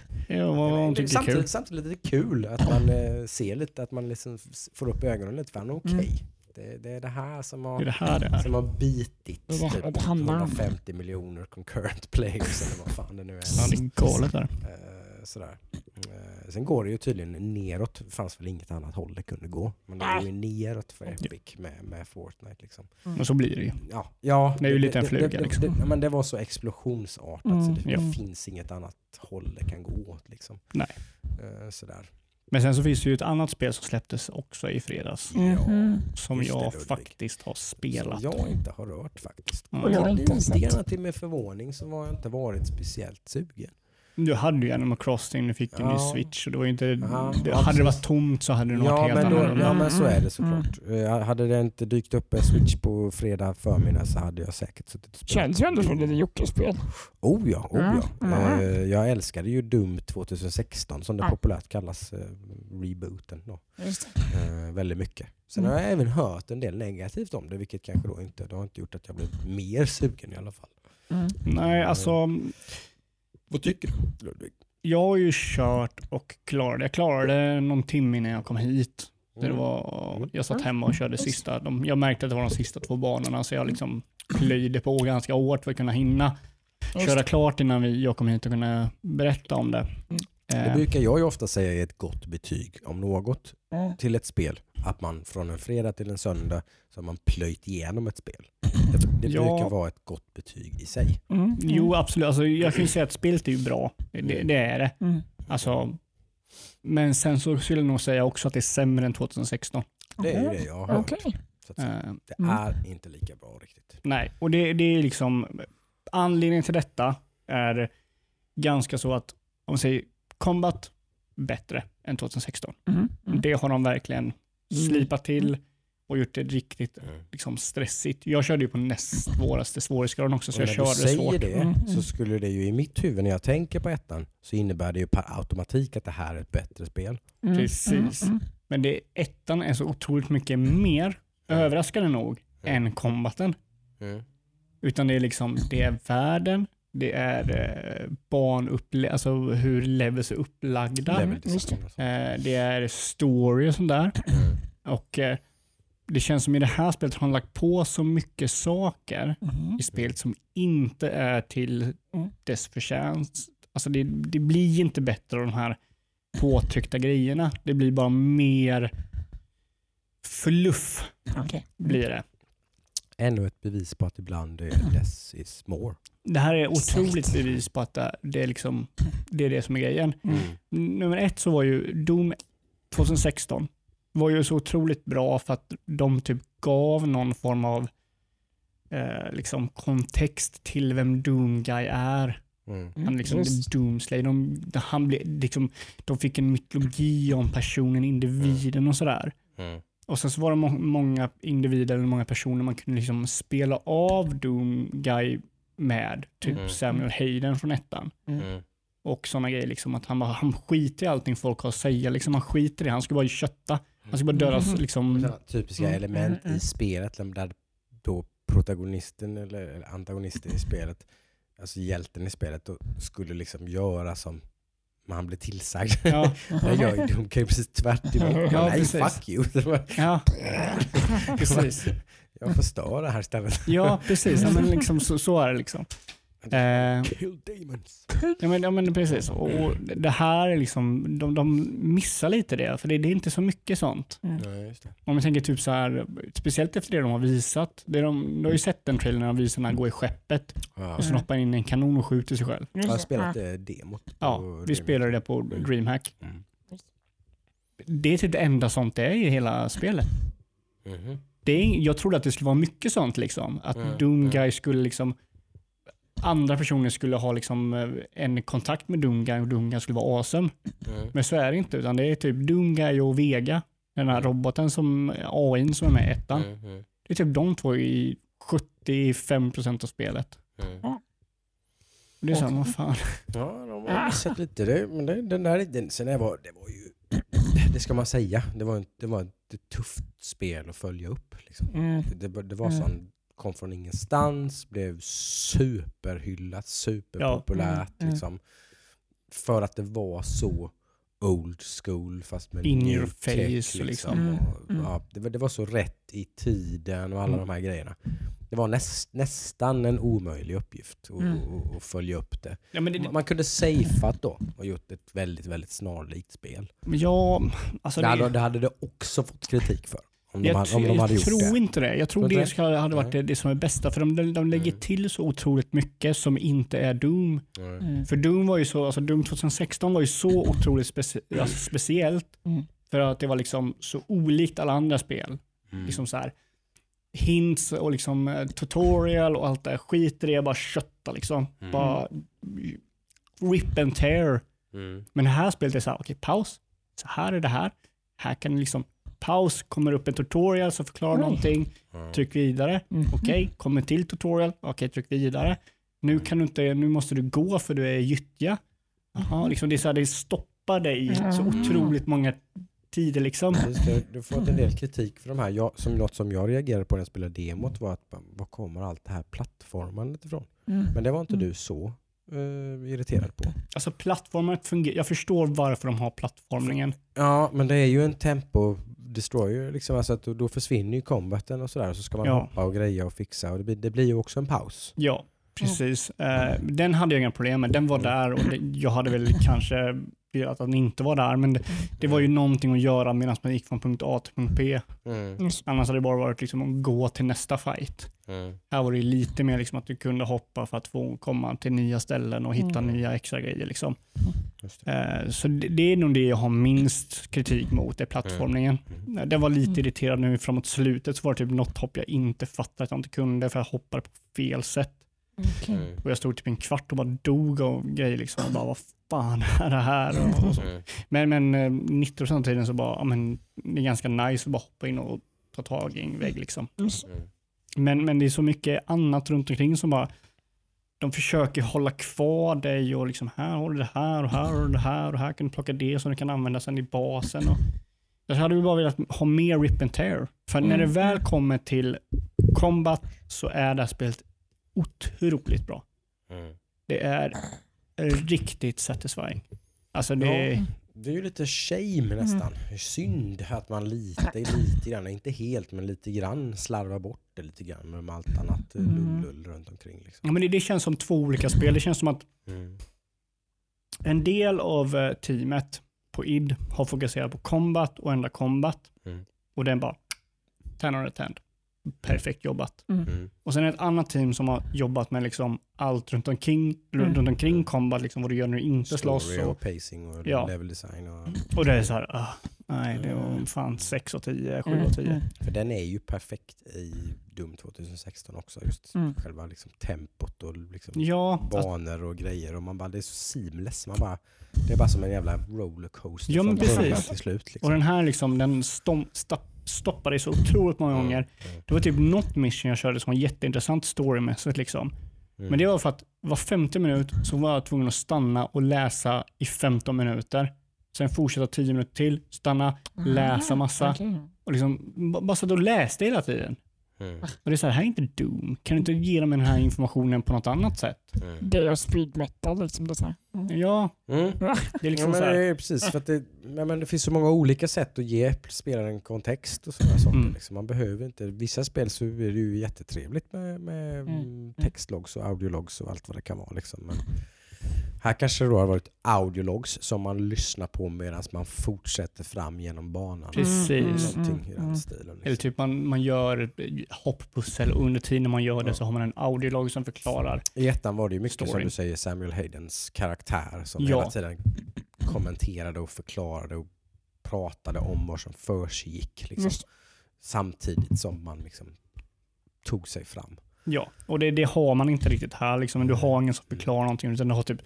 samtidigt lite kul att man ser lite, att man liksom får upp ögonen lite. Fan, det är det här som har bitit typ 150 miljoner concurrent players eller vad fan det nu är. Ja, det är galet där. Sådär. Sen går det ju tydligen neråt. Det fanns väl inget annat håll det kunde gå. Men det går ju neråt för Epic med Fortnite liksom. Men så blir det ju. Ja, det är ju lite en fluga liksom. Men det var så explosionsartat så det finns inget annat håll det kan gå åt liksom. Nej. Sådär. Men sen så finns det ju ett annat spel som släpptes också i fredags. Som jag faktiskt har spelat. Som jag inte har rört faktiskt. Lite grann till med förvåning så har jag inte varit speciellt sugen. Du hade ju Animal Crossing, du fick en ny Switch och det var ju inte... hade det varit tomt så hade det nog varit helt annorlunda. Ja, men så är det såklart. Hade det inte dykt upp en Switch på fredag förmiddag så hade jag säkert suttit och spelat. Känns ju ändå som det är Jocke-spel. Oh ja. Jag älskade ju Doom 2016 som det populärt kallas, rebooten då. Väldigt mycket. Sen har jag även hört en del negativt om det, vilket kanske då inte, det har inte gjort att jag blivit mer sugen i alla fall. Nej, alltså... Vad tycker du, Ludvig? Jag har ju kört och klarade det. Jag klarade någon timme innan jag kom hit. Jag satt hemma och körde sista. Jag märkte att det var de sista 2 banorna så jag liksom plöjde på ganska hårt för att kunna hinna köra klart innan jag kom hit och kunna berätta om det. Det brukar jag ju ofta säga är ett gott betyg om något till ett spel. Att man från en fredag till en söndag så har man plöjt igenom ett spel. Det brukar vara ett gott betyg i sig. Jo, absolut. Alltså, jag kan ju säga att spelet är ju bra. Det är det. Alltså, men sen så skulle jag nog säga också att det är sämre än 2016. Det är ju det jag har hört. Så det är inte lika bra riktigt. Nej, och det är liksom... Anledningen till detta är ganska så att om man säger combat bättre än 2016. Det har de verkligen slipat till och gjort det riktigt liksom stressigt. Jag körde ju på näst svåraste svårighetsgraden också så jag körde svårt. Det, så skulle det ju i mitt huvud när jag tänker på ettan så innebär det ju per automatik att det här är ett bättre spel. Precis. Men ettan är så otroligt mycket mer överraskande nog än combaten. Utan det är liksom, det är världen, det är alltså hur levels är upplagda. Det är story och sånt där. Och det känns som i det här spelet har de lagt på så mycket saker i spelet som inte är till dess förtjänst. Alltså det blir inte bättre av de här påtryckta grejerna. Det blir bara mer fluff blir det. Ännu ett bevis på att ibland less is more. Det här är otroligt bevis på att det är liksom, det är det som är grejen. Nummer 1 så var ju Doom 2016 var ju så otroligt bra för att de typ gav någon form av liksom kontext till vem Doomguy är. Han liksom Doomslay. De fick en mytologi om personen, individen och sådär. Och sen så var det många individer eller många personer man kunde liksom spela av Doomguy med. Typ Samuel Hayden från ettan. Och sådana grejer liksom att han skiter i allting folk har att säga. Liksom, han skiter i det. Han ska bara kötta. Han ska bara dödas liksom. Typiska element i spelet där då protagonisten eller antagonisten i spelet, alltså hjälten i spelet, då skulle liksom göra som han blir tillsagd. Jag gör ju Doomguy precis tvärt emot. Nej, fuck you. Precis. Jag förstår det här stället. Ja, precis. Men liksom, så är det liksom. Kill demons. Ja, men precis. Och det här är liksom, de missar lite det. För det är inte så mycket sånt. Just det. Om man tänker typ så här, speciellt efter det de har visat. Du har ju sett den trailern när de visar när han går i skeppet. Och så hoppar in i en kanon och skjuter sig själv. Jag har spelat demot. Vi spelade det på DreamHack. Det är typ det enda sånt det är i hela spelet. Jag trodde att det skulle vara mycket sånt liksom. Att Doomguy skulle liksom, andra personer skulle ha liksom en kontakt med Doomguy och Doomguy skulle vara awesome. Men så är det inte, utan det är typ Doomguy och Vega, den här roboten som AI som är med i ettan. Det är typ de två i 75% av spelet. Det är så, vad fan. Ja, de har sett lite det, men den där sen det var ju det ska man säga. Det var ett tufft spel att följa upp. Liksom. Det var sån, kom från ingenstans, blev superhyllat, superpopulärt. Liksom, för att det var så old school fast med in your tech, face. Liksom. Det var så rätt i tiden och alla de här grejerna. Det var nästan en omöjlig uppgift att följa upp det. Ja, men man kunde safeat då och gjort ett väldigt, väldigt snarlikt spel. Ja, alltså det hade det också fått kritik för. Jag tror inte det. Jag tror det hade varit det som är bästa. För de lägger till så otroligt mycket som inte är Doom. För Doom var ju så, alltså Doom 2016 var ju så otroligt speciellt. För att det var liksom så olikt alla andra spel. Liksom så här hints och liksom tutorial och allt det skiter i, bara kötta liksom. Bara rip and tear. Men det här spelet är så här, okej, paus. Så här är det här. Här kan liksom paus, kommer upp en tutorial som förklarar någonting. Tryck vidare. Okej, kommer till tutorial. Okej, tryck vidare. Nu måste du gå för du är gyttja. Jaha, liksom det är så här, det stoppar dig i så otroligt många tider liksom. Du får en del kritik för de här. Något som jag reagerade på när jag spelade demot var att vad kommer allt det här plattformandet ifrån? Men det var inte du så irriterad på. Alltså plattformen fungerar. Jag förstår varför de har plattformningen. Ja, men det är ju en tempo destroyer liksom, alltså att då försvinner ju combaten och sådär, så ska man hoppa och greja och fixa och det blir ju också en paus. Ja, precis. Den hade jag inga problem med. Den var där och jag hade väl kanske velat att den inte var där, men det var ju någonting att göra medan man gick från punkt A till punkt B. Annars hade det bara varit liksom att gå till nästa fight. Här var det lite mer liksom att du kunde hoppa för att få komma till nya ställen och hitta nya extra grejer liksom. Så det är nog det jag har minst kritik mot, är plattformningen. Det var lite irriterad nu framåt slutet, så var det typ något hopp jag inte fattade att jag inte kunde för jag hoppade på fel sätt. Och jag stod typ en kvart och bara dog och grejer liksom och bara, vad fan är det här? Och så. Men 90% av tiden så bara, men det är ganska nice att bara hoppa in och ta tag i en vägg liksom. Men det är så mycket annat runt omkring som bara, de försöker hålla kvar dig och liksom, här har du det här och här har du det här och här kan du plocka det som du kan använda sen i basen. Och jag hade ju bara velat ha mer rip and tear. För när det väl kommer till combat så är det här spelet otroligt bra. Det är riktigt satisfying. Alltså det är ju lite shame nästan. Synd att man lite grann, inte helt men lite grann slarvar bort det lite grann med allt annat lull runt omkring. Liksom. Ja, men det känns som två olika spel. Det känns som att en del av teamet på id har fokuserat på combat och enda combat. Och den bara 10 out of 10. Perfekt jobbat. Och sen är ett annat team som har jobbat med liksom allt runt omkring combat, liksom vad du gör när du inte slåss. Story och pacing och level design. Och det är så här, nej, det var fan 6 av 10, 7 av 10. För den är ju perfekt i Doom 2016 också, just själva liksom tempot och liksom banor och grejer, och man bara, det är så seamless, det är bara som en jävla rollercoaster från början till slut. Liksom. Och den här liksom, den stoppade så otroligt många gånger. Det var typ något mission jag körde som var jätteintressant storymässigt liksom. Men det var för att var 50 minut så var jag tvungen att stanna och läsa i 15 minuter. Sen fortsätta 10 minuter till, stanna, läsa massa. Och liksom bara så att du läste hela tiden. Och det är så här är inte Doom. Kan du inte ge dem den här informationen på något annat sätt? Det är speed metal liksom det så. Ja. Det är liksom men så här. Det är precis för att det finns så många olika sätt att ge spelaren kontext och sådana saker. Liksom. Man behöver inte, vissa spel så är det ju jättetrevligt med textlogs och audiologs och allt vad det kan vara liksom. Men här kanske det då har varit audiologs som man lyssnar på medan man fortsätter fram genom banan. Precis. Någonting i den stilen. Liksom. Eller typ man gör ett hopppussel och under tiden man gör det så har man en audiolog som förklarar. I ettan var det ju mycket som du säger Samuel Haydens karaktär som hela tiden kommenterade och förklarade och pratade om vad som försiggick liksom. Samtidigt som man liksom tog sig fram. Ja, och det har man inte riktigt här liksom. Du har ingen som förklarar någonting, utan du har typ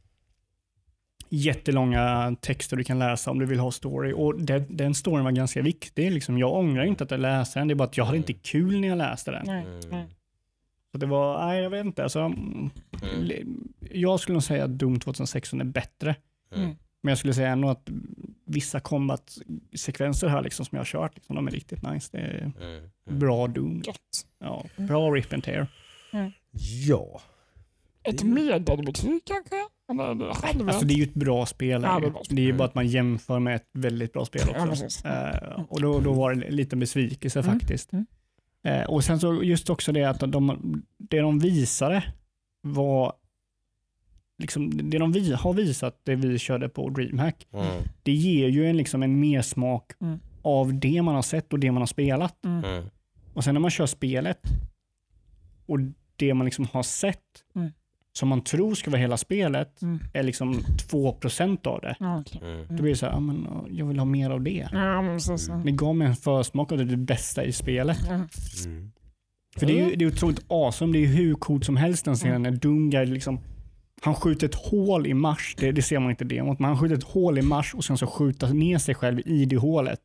jättelånga texter du kan läsa om du vill ha story. Och den storyn var ganska viktig liksom. Jag ångrar inte att jag läste den, det är bara att jag hade inte kul när jag läste den. Så det var, nej jag vet inte alltså, jag skulle nog säga att Doom 2016 är bättre. Men jag skulle säga ändå att vissa combat-sekvenser här liksom, som jag har kört. Liksom, de är riktigt nice. Det är bra Doom. Ja, bra Rip and Tear. Ja. Ett medelbetyg kanske? Alltså det är ju ett bra spel. Det är ju bara att man jämför med ett väldigt bra spel också. Och då var det lite besvikelse faktiskt. Och sen så just också det att det de visade var liksom, det de har visat, det vi körde på DreamHack, det ger ju en mersmak av det man har sett och det man har spelat. Och sen när man kör spelet och det man liksom har sett som man tror ska vara hela spelet är liksom 2% av det. Då blir det så här, men jag vill ha mer av det. Det gav mig en försmak av det bästa i spelet. För det är otroligt awesome. Det är hur coolt som helst den scenen när Doomguy liksom, han skjuter ett hål i Mars. Det ser man inte det mot, men han skjuter ett hål i Mars och sen så skjuter ner sig själv i det hålet.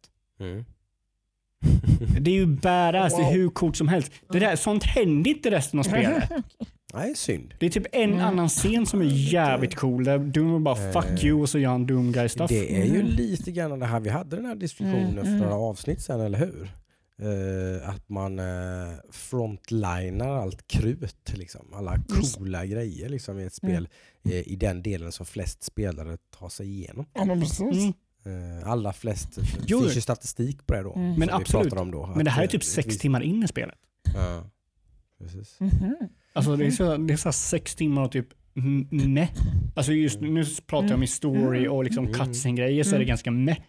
Det är ju badass, det är hur coolt som helst. Sånt händer inte resten av spelet. Nej, synd. Det är typ en annan scen som är jävligt cool. Där Doom bara fuck you och så gör han Doomguy stuff. Det är ju lite grann det här, vi hade den här diskussionen för några avsnitt sedan, eller hur? Att man frontlinar allt krut, liksom. Alla coola grejer liksom, i ett spel i den delen som flest spelare tar sig igenom. Alla flest finns ju statistik på det då. Men absolut. Men det här är typ 6 timmar in i spelet. Ja, precis. Alltså det är så 6 timmar och typ alltså just nu pratar jag om story och liksom cutscene-grejer, så är det ganska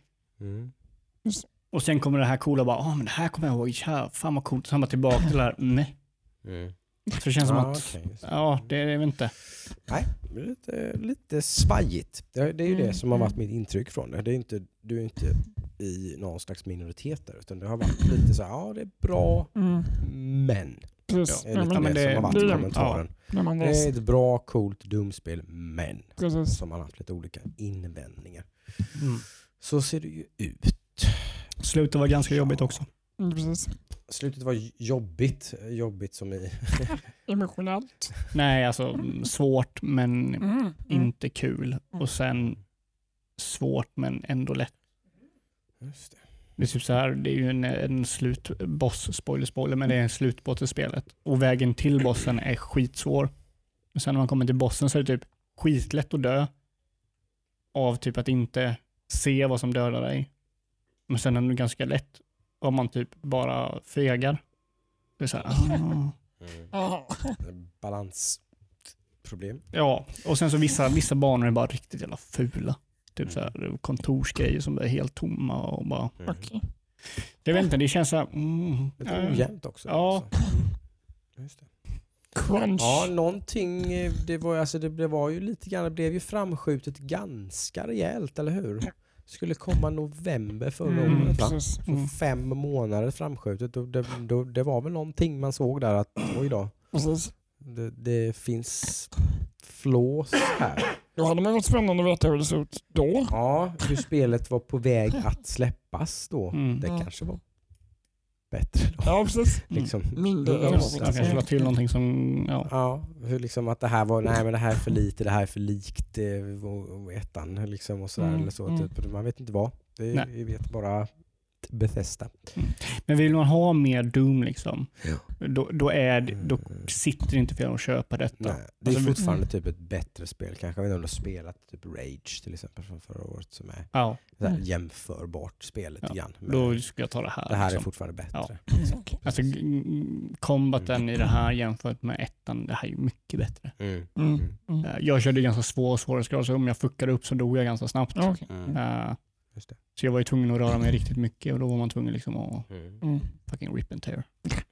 och sen kommer det här coola bara, men det här kommer jag ihåg, fan vad coolt, så han bara tillbaka till det här Så det känns som att det är väl inte. Nej, lite svajigt. Det är ju det som har varit mitt intryck från det. Du är inte i någon slags minoritet där, utan det har varit lite så det är bra, men Precis. det är lite det som har varit kommentaren. Det är ett bra, coolt Doom-spel, men som har haft lite olika invändningar. Så ser det ju ut. Slutet var ganska jobbigt också. Precis. Slutet var jobbigt som i emotionellt. Nej, alltså svårt men inte kul. Och sen svårt men ändå lätt. Just det. Det är typ så här, det är ju en slutboss, spoiler, men det är en slutboss i spelet. Och vägen till bossen är skitsvår. Men sen när man kommer till bossen så är det typ skitlätt att dö. Av typ att inte se vad som dödar dig. Men sen är det ganska lätt om man typ bara fegar. Det är så här, balansproblem. Ja, och sen så vissa banor är bara riktigt jävla fula. Typ så här kontorsgrejer som är helt tomma och bara jag vet inte, det känns så här lite ojämnt också. Ja. Just det. Crunch. Ja, någonting, det var ju lite grann, det blev ju framskjutet ganska rejält, eller hur? Skulle komma november förra året, va? Så 5 månader framskjutet. Det var väl någonting man såg där att oj då. Det finns flås här. Då hade man varit spännande att veta hur det såg ut då. Ja, hur spelet var på väg att släppas då. Det kanske var bättre då. Ja, precis. Liksom, kanske var till någonting som hur liksom att det här var, nej men det här är för lite, det här är för likt ettan liksom och sådär eller så typ. Man vet inte vad. Vi vet bara Bethesda. Men vill man ha mer Doom liksom, då sitter det inte för att köpa detta. Nej, det är fortfarande typ ett bättre spel. Kanske jag vet inte om du har spelat typ Rage till exempel från förra året som är jämförbart spel lite grann. Då ska jag ta det här. Det här liksom. är fortfarande bättre. Alltså combaten i det här jämfört med ettan, det här är ju mycket bättre. Jag körde ganska svårare, så om jag fuckade upp så dog jag ganska snabbt. Just det. Så jag var ju tvungen att röra mig riktigt mycket och då var man tvungen liksom att fucking rip and tear.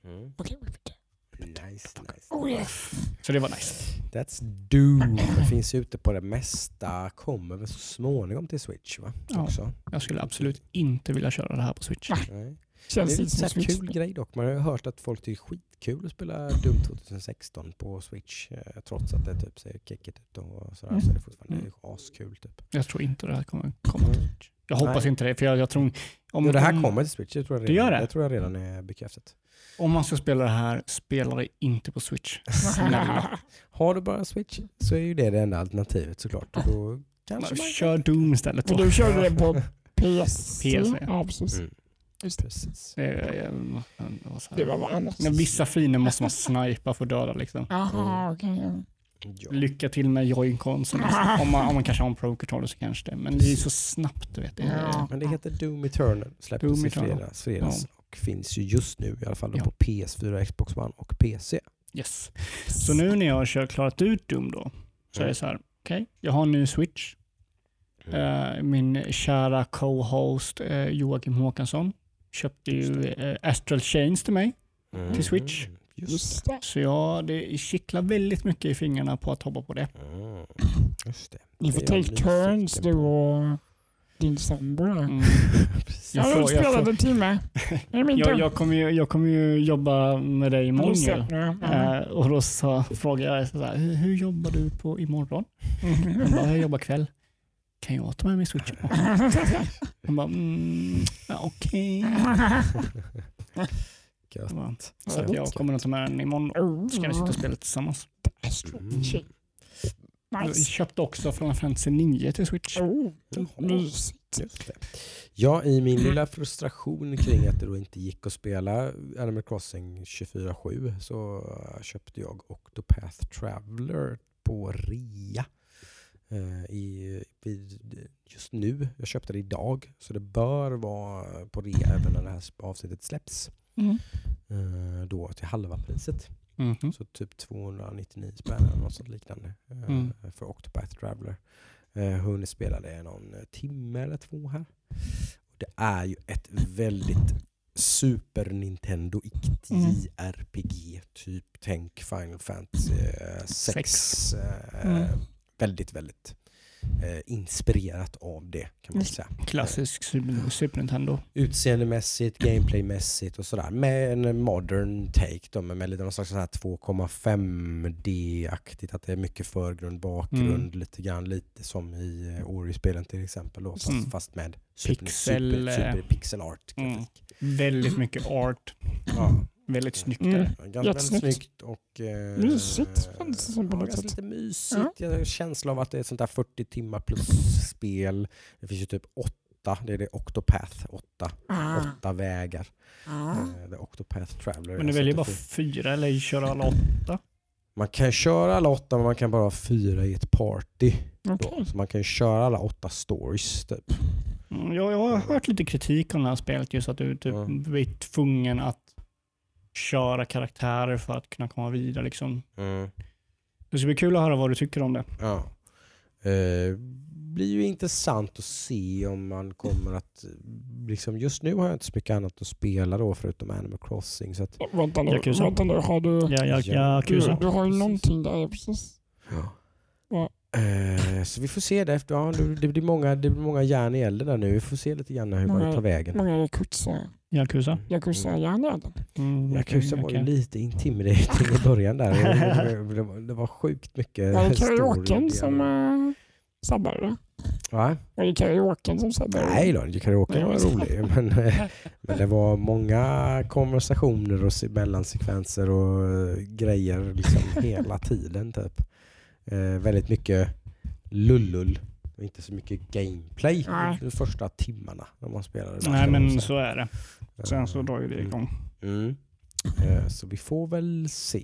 Nice. Så det var nice. That's Doom. Det finns ute på det mesta. Kommer väl så småningom till Switch, va? Också. Jag skulle absolut inte vilja köra det här på Switch. Nej. Det är en kul grej dock. Man har hört att folk tycker skitkul att spela Doom 2016 på Switch. Trots att det typ ser kickigt ut och sådär. Så är det fortfarande askul typ. Jag tror inte det här kommer komma till Switch. Jag hoppas inte det, för jag tror det här kommer till Switch. Jag tror det tror jag redan är bekräftat. Om man ska spela det här, spela det inte på Switch. Har du bara Switch så är ju det enda alternativet såklart. Då kanske man kör Doom istället. Och du kör det på PC. Ja, precis. Precis. Det var vad annars. Vissa finer måste man snipa för att döda liksom. Jaha, okej. Ja. Lycka till med Joy-Con. Om man kanske har en Pro-controller så kanske det. Men det är så snabbt, du vet. Men det heter Doom Eternal. Släpptes i fredags. Och finns ju just nu i alla fall på PS4, Xbox One och PC. Yes. Så nu när jag har klarat ut Doom då, så är det så här, okej, jag har en ny Switch. Min kära co-host Joakim Håkansson köpte ju Astral Chains till mig till Switch. Just det. Så det kittlar väldigt mycket i fingrarna på att hoppa på det. Just det. Ni får take turns du och din sambo. Jag har spelat en timme. Jag kommer ju jobba med dig imorgon. Och då frågade jag så här, hur jobbar du på imorgon? Jag jobbar kväll. Kan jag ta med min Switch? Han bara, okej. Så att jag kommer att ta med den imorgon. Ska vi sitta och spela tillsammans. Jag köpte också från Fantasy 9 till Switch. Ja, i min lilla frustration kring att det då inte gick att spela Animal Crossing 24/7 så köpte jag Octopath Traveler på rea. Just nu. Jag köpte det idag, så det bör vara på rea även när det här avsnittet släpps. Då till halva priset. Så typ 299 spänn eller något sånt liknande för Octopath Traveler. Hunnit spela det någon timme eller 2 här. Och det är ju ett väldigt Super Nintendo-igt JRPG typ. Tänk Final Fantasy 6. Väldigt, väldigt inspirerat av det kan man säga. Klassisk Super Nintendo. Utseendemässigt, gameplaymässigt och sådär. Med en modern take då, med lite någon slags så här 2,5D-aktigt. Att det är mycket förgrund, bakgrund, lite grann. Lite som i Ori-spelen till exempel. Då, fast med super pixel art. Väldigt mycket art. Ja. Väldigt snyggt där. Väldigt snyggt och mysigt. Ganska lite mysigt. Jag har en känsla av att det är ett sånt där 40 timmar plus spel. Det finns ju typ 8. Det är det Octopath 8. 8 vägar. Det är Octopath Traveler. Men du väljer bara 4 eller köra alla 8? Man kan köra alla 8 men man kan bara ha 4 i ett party. Okay. Så man kan köra alla 8 stories typ. Jag har hört lite kritik om det här spelet. Just att du typ blir tvungen att köra karaktärer för att kunna komma vidare liksom. Det ska bli kul att höra vad du tycker om det. Ja. Blir ju intressant att se om man kommer att liksom, just nu har jag inte så mycket annat att spela då förutom Animal Crossing så att vänta nu, har du du har ju någonting där precis. Ja. Så vi får se det efter. Det blir många järn i elden där nu. Vi får se lite grann hur det tar vägen. Många Yakuza järn i elden. Yakuza var ju lite intimidating i början där. Det var sjukt mycket. Var det karaoken som sabbade? Va? Var det karaoken som sabbade? Nej då, karaoken var rolig. Men det var många konversationer och mellansekvenser och grejer liksom hela tiden typ. Väldigt mycket lullull och inte så mycket gameplay de första timmarna när man spelade. Nej, men så är det. Sen så drar ju det igång. Så vi får väl se.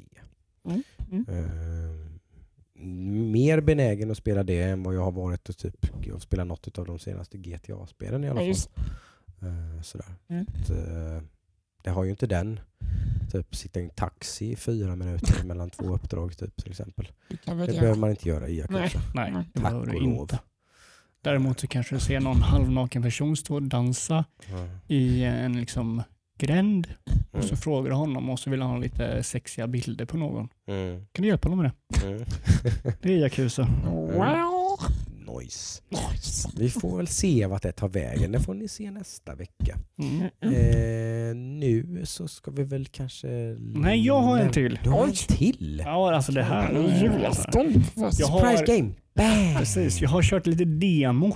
Mer benägen att spela det än vad jag har varit och typ jag spelar något av de senaste GTA-spelen i alla fall. Sådär. Det har ju inte den. Typ sitta i en taxi i 4 minuter mellan 2 uppdrag typ till exempel. Det behöver man inte göra i Yakuza. Nej, det behöver du inte. Däremot så kanske du ser någon halvnaken person stå och dansa i en liksom gränd och så frågar du honom och så vill han ha lite sexiga bilder på någon. Kan du hjälpa honom med det? Det är Yakuza. Nice. Vi får väl se vart det tar vägen. Det får ni se nästa vecka. Nu så ska vi väl kanske... Nej, jag har en till. Du har en till? Ja, alltså det här är julafton. Surprise game. Bang. Precis, jag har kört lite demo.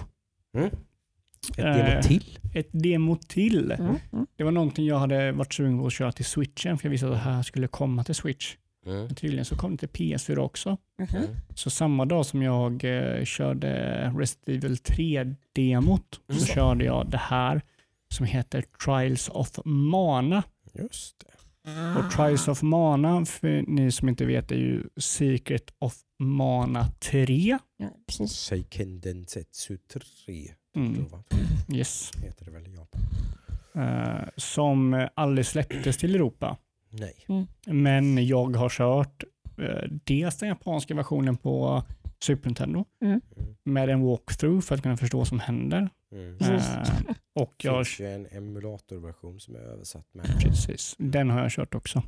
Ett demo till. Det var någonting jag hade varit sugen på att köra till Switchen för jag visste att det här skulle komma till Switch. Men tydligen så kom det till PS4 också. Så samma dag som jag körde Resident Evil 3-demot så körde jag det här som heter Trials of Mana. Just det. Och Trials of Mana, för ni som inte vet, är ju Secret of Mana 3. Ja, precis. Seiken Densetsu 3. Yes. Heter det väl i Japan. Som aldrig släpptes till Europa. Nej. Men jag har kört dels den japanska versionen på Super Nintendo med en walkthrough för att kunna förstå vad som händer. Och Det finns ju en emulatorversion som är översatt med. Precis, den har jag kört också.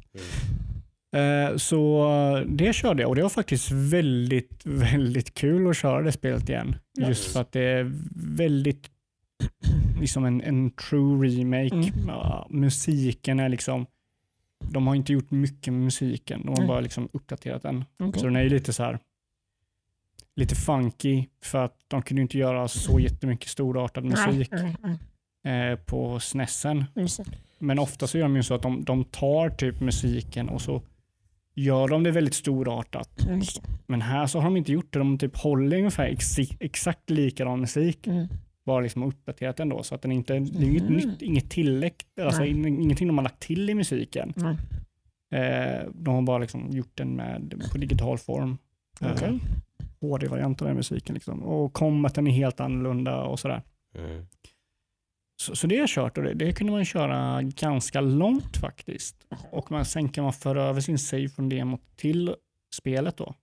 Så det körde jag och det var faktiskt väldigt, väldigt kul att köra det spelet igen. Just för att det är väldigt liksom en true remake. Musiken är liksom, de har inte gjort mycket med musiken, de har bara liksom uppdaterat den. Så den är ju lite så här lite funky för att de kunde inte göra så jättemycket storartad musik på SNESen. Men ofta så gör de ju så att de tar typ musiken och så gör de det väldigt storartat. Men här så har de inte gjort det. De typ håller ungefär exakt likadan musik. Bara liksom uppdaterat den då. Så att den inte, det är inget nytt, inget tillägg. Alltså ingenting de har lagt till i musiken. De har bara liksom gjort den på digital form. HD-variant av den musiken. Liksom. Och combaten är helt annorlunda och sådär. Så det är kört och det kunde man köra ganska långt faktiskt. Och sen kan man föra över sin save från demot till spelet då.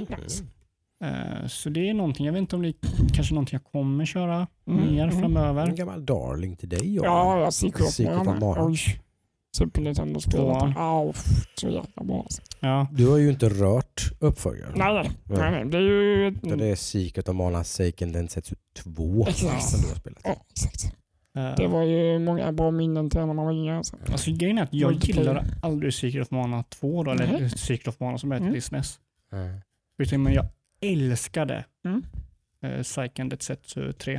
Så det är någonting, jag vet inte om det är kanske någonting jag kommer köra mer framöver. En gammal darling till dig. Ja, Secret of Mana. Super Nintendo-spelet. Så jävla bra. Ja. Du har ju inte rört uppföljaren. Nej. Det är ju... Det är Secret of Mana Seiken Densetsu 2 som du har spelat. Ja, exakt. Det var ju många bra minnen till när man var inne. Alltså grejen är att jag gillar aldrig Secret of Mana 2 då, eller Secret of Mana som heter till SNES. Men jag älskade Seiken Densetsu 3.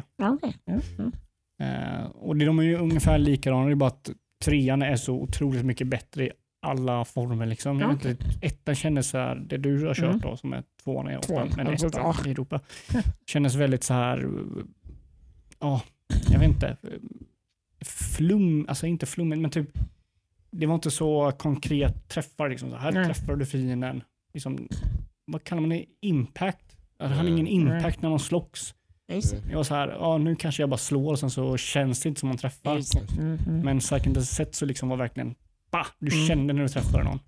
Och de är ju ungefär likadana, det är bara att 3:an är så otroligt mycket bättre i alla former liksom. Ettan kändes så här, det du har kört då som är 2:an i Japan, men ettan i Europa kändes väldigt så här, jag vet inte, alltså inte flummigt, men typ det var inte så konkret träffar liksom, så här träffar du fienden liksom, vad kallar man det, impact, det hade ingen impact när man slogs. Jag var så här, nu kanske jag bara slår och sen så känns det inte som man träffar. Men Seiken Densetsu så liksom var verkligen du kände när du träffade någon.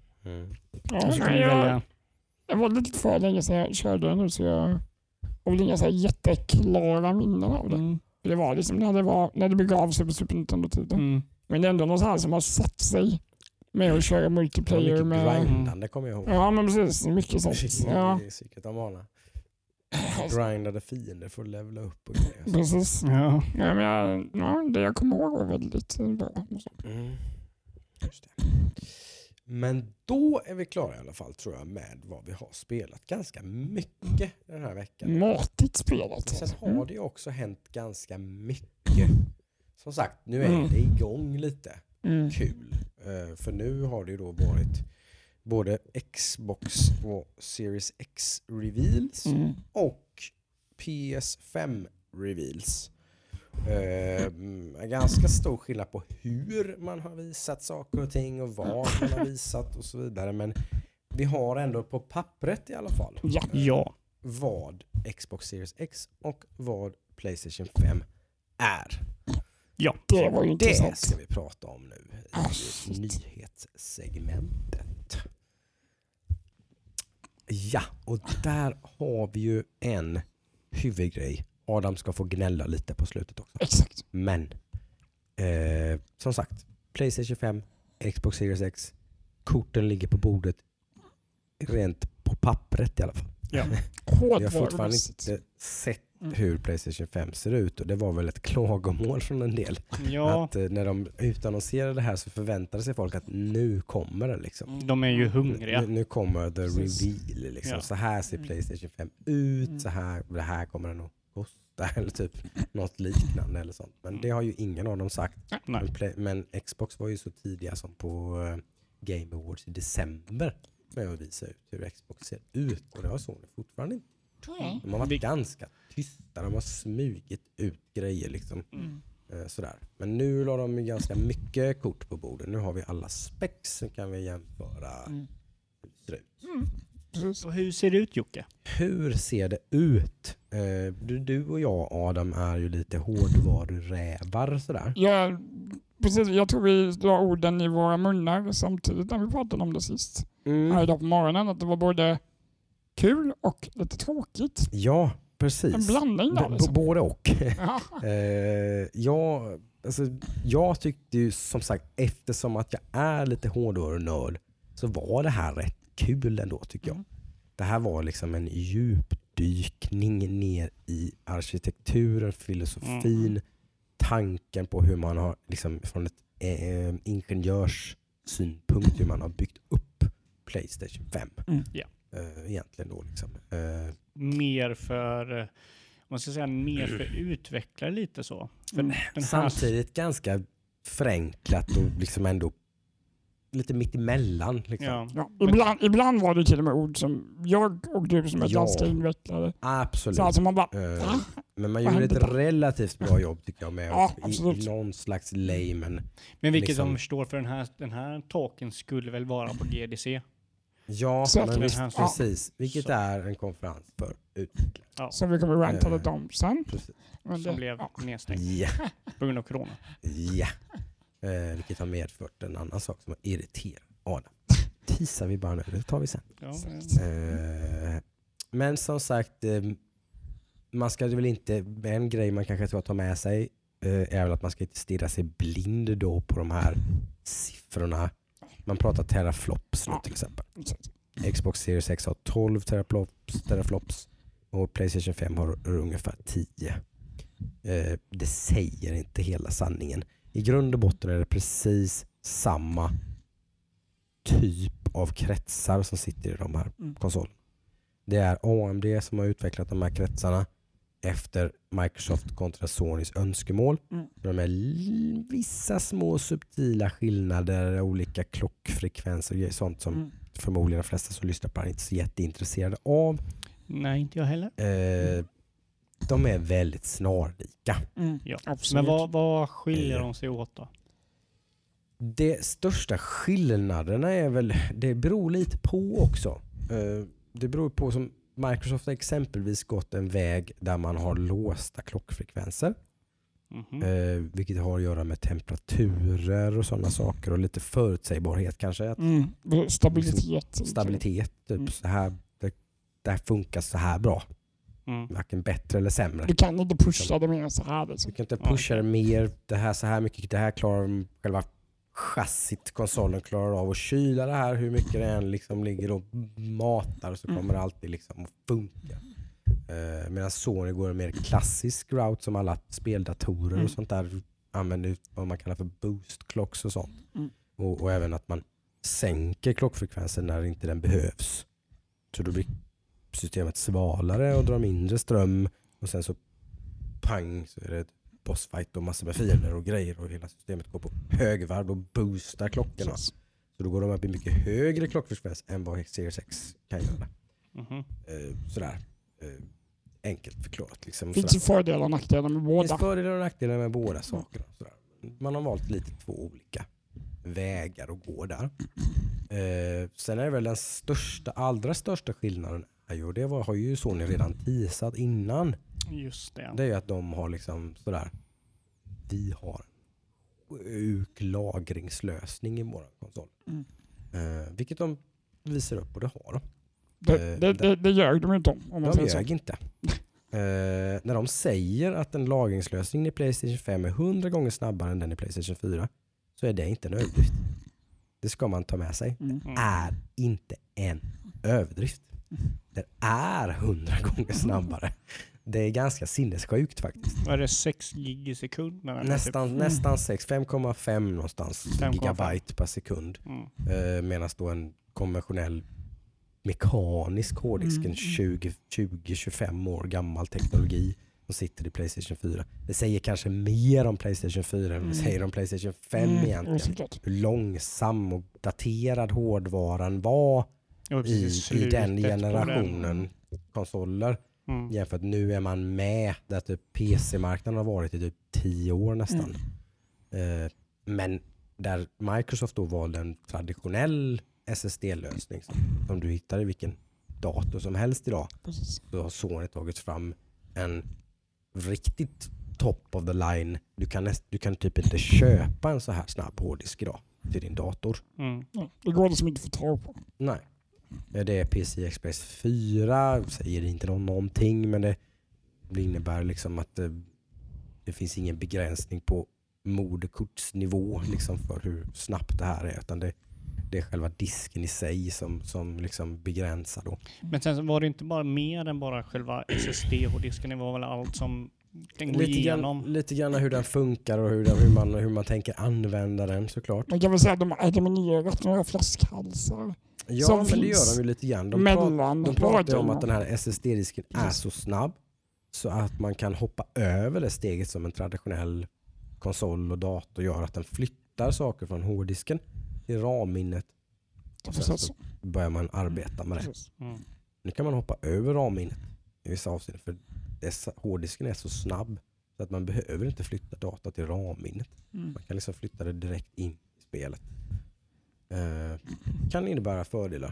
Jag var lite för länge sedan jag körde nu så jag har väl inga så här jätteklara minnen av det. Det var liksom när det begav sig på Super Nintendo-tiden. Men det är ändå något här som har satt sig med att köra multiplayer med... grindande kommer jag ihåg. Ja, men precis. Mycket sånt. Secret of Mana. Grindade fiender för att levela upp och grejer. Precis. Men det jag kommer ihåg var väldigt bra. Just det. Men då är vi klara i alla fall, tror jag, med vad vi har spelat ganska mycket den här veckan. Matigt spelat. Sen har det också hänt ganska mycket. Som sagt, nu är det igång lite. Kul. För nu har det ju då varit både Xbox och Series X reveals och PS5 reveals. Ganska stor skillnad på hur man har visat saker och ting och vad man har visat och så vidare, men vi har ändå på pappret i alla fall vad Xbox Series X och vad PlayStation 5 är. Ja, det var ju intressant. Det ska vi prata om nu i nyhetssegmentet. Ja, och där har vi ju en huvudgrej. Adam ska få gnälla lite på slutet också. Exakt. Men som sagt, PlayStation 5, Xbox Series X, korten ligger på bordet rent på pappret i alla fall. Ja. Jag har fortfarande inte sett hur PlayStation 5 ser ut och det var väl ett klagomål från en del. Ja. Att när de utannonserade det här så förväntade sig folk att nu kommer det liksom. De är ju hungriga. Nu kommer the reveal liksom. Ja. Så här ser PlayStation 5 ut, så här, det här kommer den att kosta eller typ något liknande eller sånt. Men det har ju ingen av dem sagt. Men Xbox var ju så tidiga som på Game Awards i december med att visa ut hur Xbox ser ut. Och det har Sony fortfarande inte. De har varit ganska tysta. De har smugit ut grejer liksom. Sådär. Men nu la de ganska mycket kort på bordet. Nu har vi alla specs, så kan vi jämföra hur det ser ut. Och hur ser det ut, Jocke? Hur ser det ut? Du och jag, Adam, är ju lite hårdvarurävar sådär. Ja, precis. Jag tror vi la orden i våra munnar samtidigt när vi pratade om det sist. Här idag på morgonen, att det var både kul och lite tråkigt. Ja, precis. En blandning där liksom. Både och. Ja. Jag tyckte ju som sagt, eftersom att jag är lite hårdvarunörd, så var det här rätt kul ändå tycker jag. Det här var liksom en djupdykning ner i arkitekturen, filosofin, tanken på hur man har liksom från ett ingenjörssynpunkt hur man har byggt upp PlayStation 5. Egentligen då liksom. Mer för utvecklare lite så. För den här... Samtidigt ganska förenklat och liksom ändå lite mitt emellan. Liksom. Ja. Ibland var det till och med ord som jag och du som är ganska invecklade. Absolut. Så alltså man bara, men man gjorde ett relativt bra jobb tycker jag med i någon slags layman. Men vilket liksom, som står för den här talken skulle väl vara på GDC? Ja, men precis. Vilket är en konferens för utvecklare. Ja. Som vi kommer att ranta lite om sen. Men som blev nedstängt på grund av corona. Ja. Vilket har medfört en annan sak som har irriterat Adam. Tisar vi bara nu, det tar vi sen. Ja, men som sagt, man ska väl inte, en grej man kanske ska ta med sig är väl att man ska inte stirra sig blind då på de här siffrorna. Man pratar teraflops nu till exempel. Xbox Series X har 12 teraflops och PlayStation 5 har ungefär 10. Det säger inte hela sanningen. I grund och botten är det precis samma typ av kretsar som sitter i de här konsolerna. Det är AMD som har utvecklat de här kretsarna efter Microsoft kontra Sonys önskemål. De är vissa små subtila skillnader, olika klockfrekvenser och sånt som förmodligen de flesta som lyssnar på är inte så jätteintresserade av. Nej, inte jag heller. De är väldigt snarlika. Ja. Men vad skiljer de sig åt då? Det största skillnaderna är väl, det beror lite på också. Det beror på som Microsoft har exempelvis gått en väg där man har låsta klockfrekvenser. Vilket har att göra med temperaturer och sådana saker och lite förutsägbarhet kanske. Stabilitet. Typ så här, det här funkar så här bra. Varken bättre eller sämre. Du kan inte pusha det mer så här. Du kan inte pusha det mer. Det här så här mycket. Det här klarar själva chassit, konsolen klarar av att kyla det här hur mycket det än liksom ligger och matar, så kommer det alltid liksom att funka. Medan Sony går en mer klassisk route som alla speldatorer och sånt där använder vad man kallar för boost clocks och sånt. Och även att man sänker klockfrekvensen när inte den behövs. Så då blir systemet svalare och drar mindre ström och sen så pang så är det ett bossfight och massor med fiender och grejer och hela systemet går på högvarv och boostar klockorna. Så då går de upp i mycket högre klockfrekvens än vad Series X kan göra. Sådär. Enkelt förklarat. Liksom, finns det fördelar och nackdelar med båda? Det finns fördelar och nackdelar med båda sakerna. Sådär. Man har valt lite två olika vägar att gå där. Sen är det väl den allra största skillnaden och det har ju Sony redan teasat innan. Just det. Det är ju att de har liksom sådär, vi har en sjuk lagringslösning i våra konsol. Vilket de visar upp och det har de. Det gör de inte om man säger så. De gör inte. När de säger att en lagringslösning i PlayStation 5 är 100 gånger snabbare än den i PlayStation 4 så är det inte en överdrift. Det ska man ta med sig. Det är inte en överdrift. Det är 100 gånger snabbare. Det är ganska sinnessjukt faktiskt. Var det 6 gig i sekund? Nästan 6. 5,5 någonstans gigabyte per sekund. Medan då en konventionell mekanisk hårddisken 20-25 år gammal teknologi som sitter i PlayStation 4. Det säger kanske mer om PlayStation 4 än det säger om PlayStation 5 egentligen. Hur långsam och daterad hårdvaran var i den generationen konsoler. Jämfört nu är man med där typ PC-marknaden har varit i typ 10 år nästan. Men där Microsoft då valde en traditionell SSD-lösning som du hittar i vilken dator som helst idag. Precis. Då har Sony tagit fram en riktigt top of the line. Du kan typ inte köpa en så här snabb hårddisk idag till din dator. Det går liksom inte att få tag på. Nej. Det är PCI Express 4, säger inte någonting, men det innebär liksom att det finns ingen begränsning på moderkortsnivå liksom för hur snabbt det här är, utan det är själva disken i sig som liksom begränsar då. Men sen var det inte bara mer än bara själva SSD-disken, det var väl allt som den går igenom. Lite grann hur den funkar och hur man tänker använda den såklart. Man kan väl säga att de har eliminerat några flaskhalsar. Ja, men det gör de ju lite grann. De pratar om att den här SSD-disken är så snabb så att man kan hoppa över det steget som en traditionell konsol och dator gör, att den flyttar saker från hårddisken till RAM-minnet. Och sen så börjar man arbeta med det. Nu kan man hoppa över RAM-minnet i vissa avseenden, för hårddisken är så snabb så att man behöver inte flytta data till RAM-minnet. Man kan liksom flytta det direkt in i spelet. Kan innebära fördelar.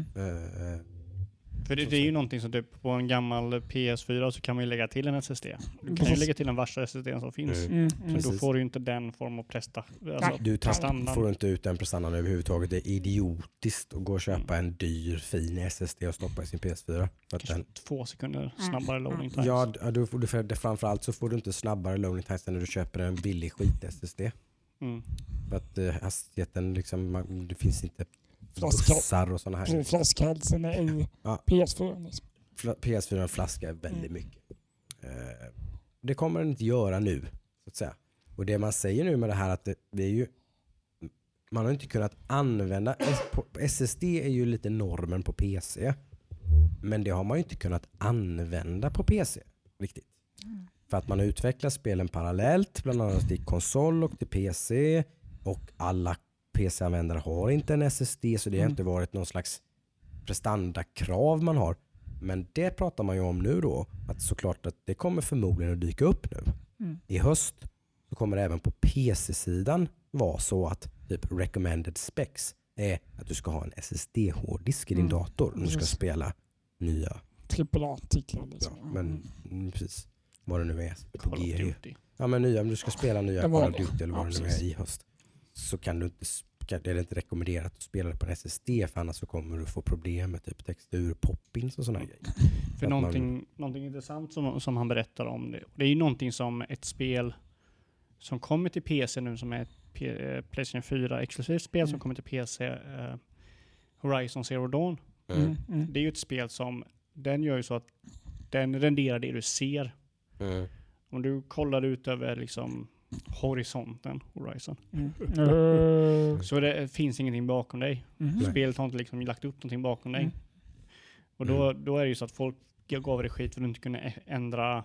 För det är ju någonting som typ på en gammal PS4 så kan man ju lägga till en SSD. Du kan ju lägga till den värsta SSD som finns. Men då får du ju inte den form av du får inte ut den prestandan överhuvudtaget. Det är idiotiskt att gå och köpa en dyr fin SSD och stoppa i sin PS4. För att den 2 sekunder snabbare loading times. Ja, framförallt så får du inte snabbare loading times när du köper en billig skit-SSD. För att hastigheten liksom, det finns inte bussar och sådana här. Flaskhalsen är i PS4. Liksom. PS4 flaska är väldigt mycket. Det kommer den inte göra nu, så att säga. Och det man säger nu med det här, att det är ju, man har inte kunnat använda SSD är ju lite normen på PC. Men det har man ju inte kunnat använda på PC riktigt. För att man utvecklar spelen parallellt, bland annat till konsol och till PC, och alla PC-användare har inte en SSD, så det har inte varit någon slags prestandakrav man har. Men det pratar man ju om nu då, att såklart att det kommer förmodligen att dyka upp nu. I höst så kommer det även på PC-sidan vara så att typ recommended specs är att du ska ha en SSD-hårddisk i din dator när du ska spela nya AAA-titlar. Liksom. Ja, men precis. Vad det nu är på G. Ja, men du ska spela nya Call of Duty eller vad det nu är i höst. Så kan du inte, det är inte rekommenderat att spela det på en SSD, för annars så kommer du få problem med typ textur, poppins och sådana grejer. För någonting intressant som han berättar om det är ju någonting som ett spel som kommer till PC nu, som är ett PlayStation 4 exklusivt spel som kommer till PC, Horizon Zero Dawn. Det är ju ett spel som den gör ju så att den renderar det du ser. Om du kollar ut över liksom horisonten, Horizon. Så det finns ingenting bakom dig. Spelet har inte liksom lagt upp någonting bakom dig. Och då är det ju så att folk gav det skit för att du inte kunde ändra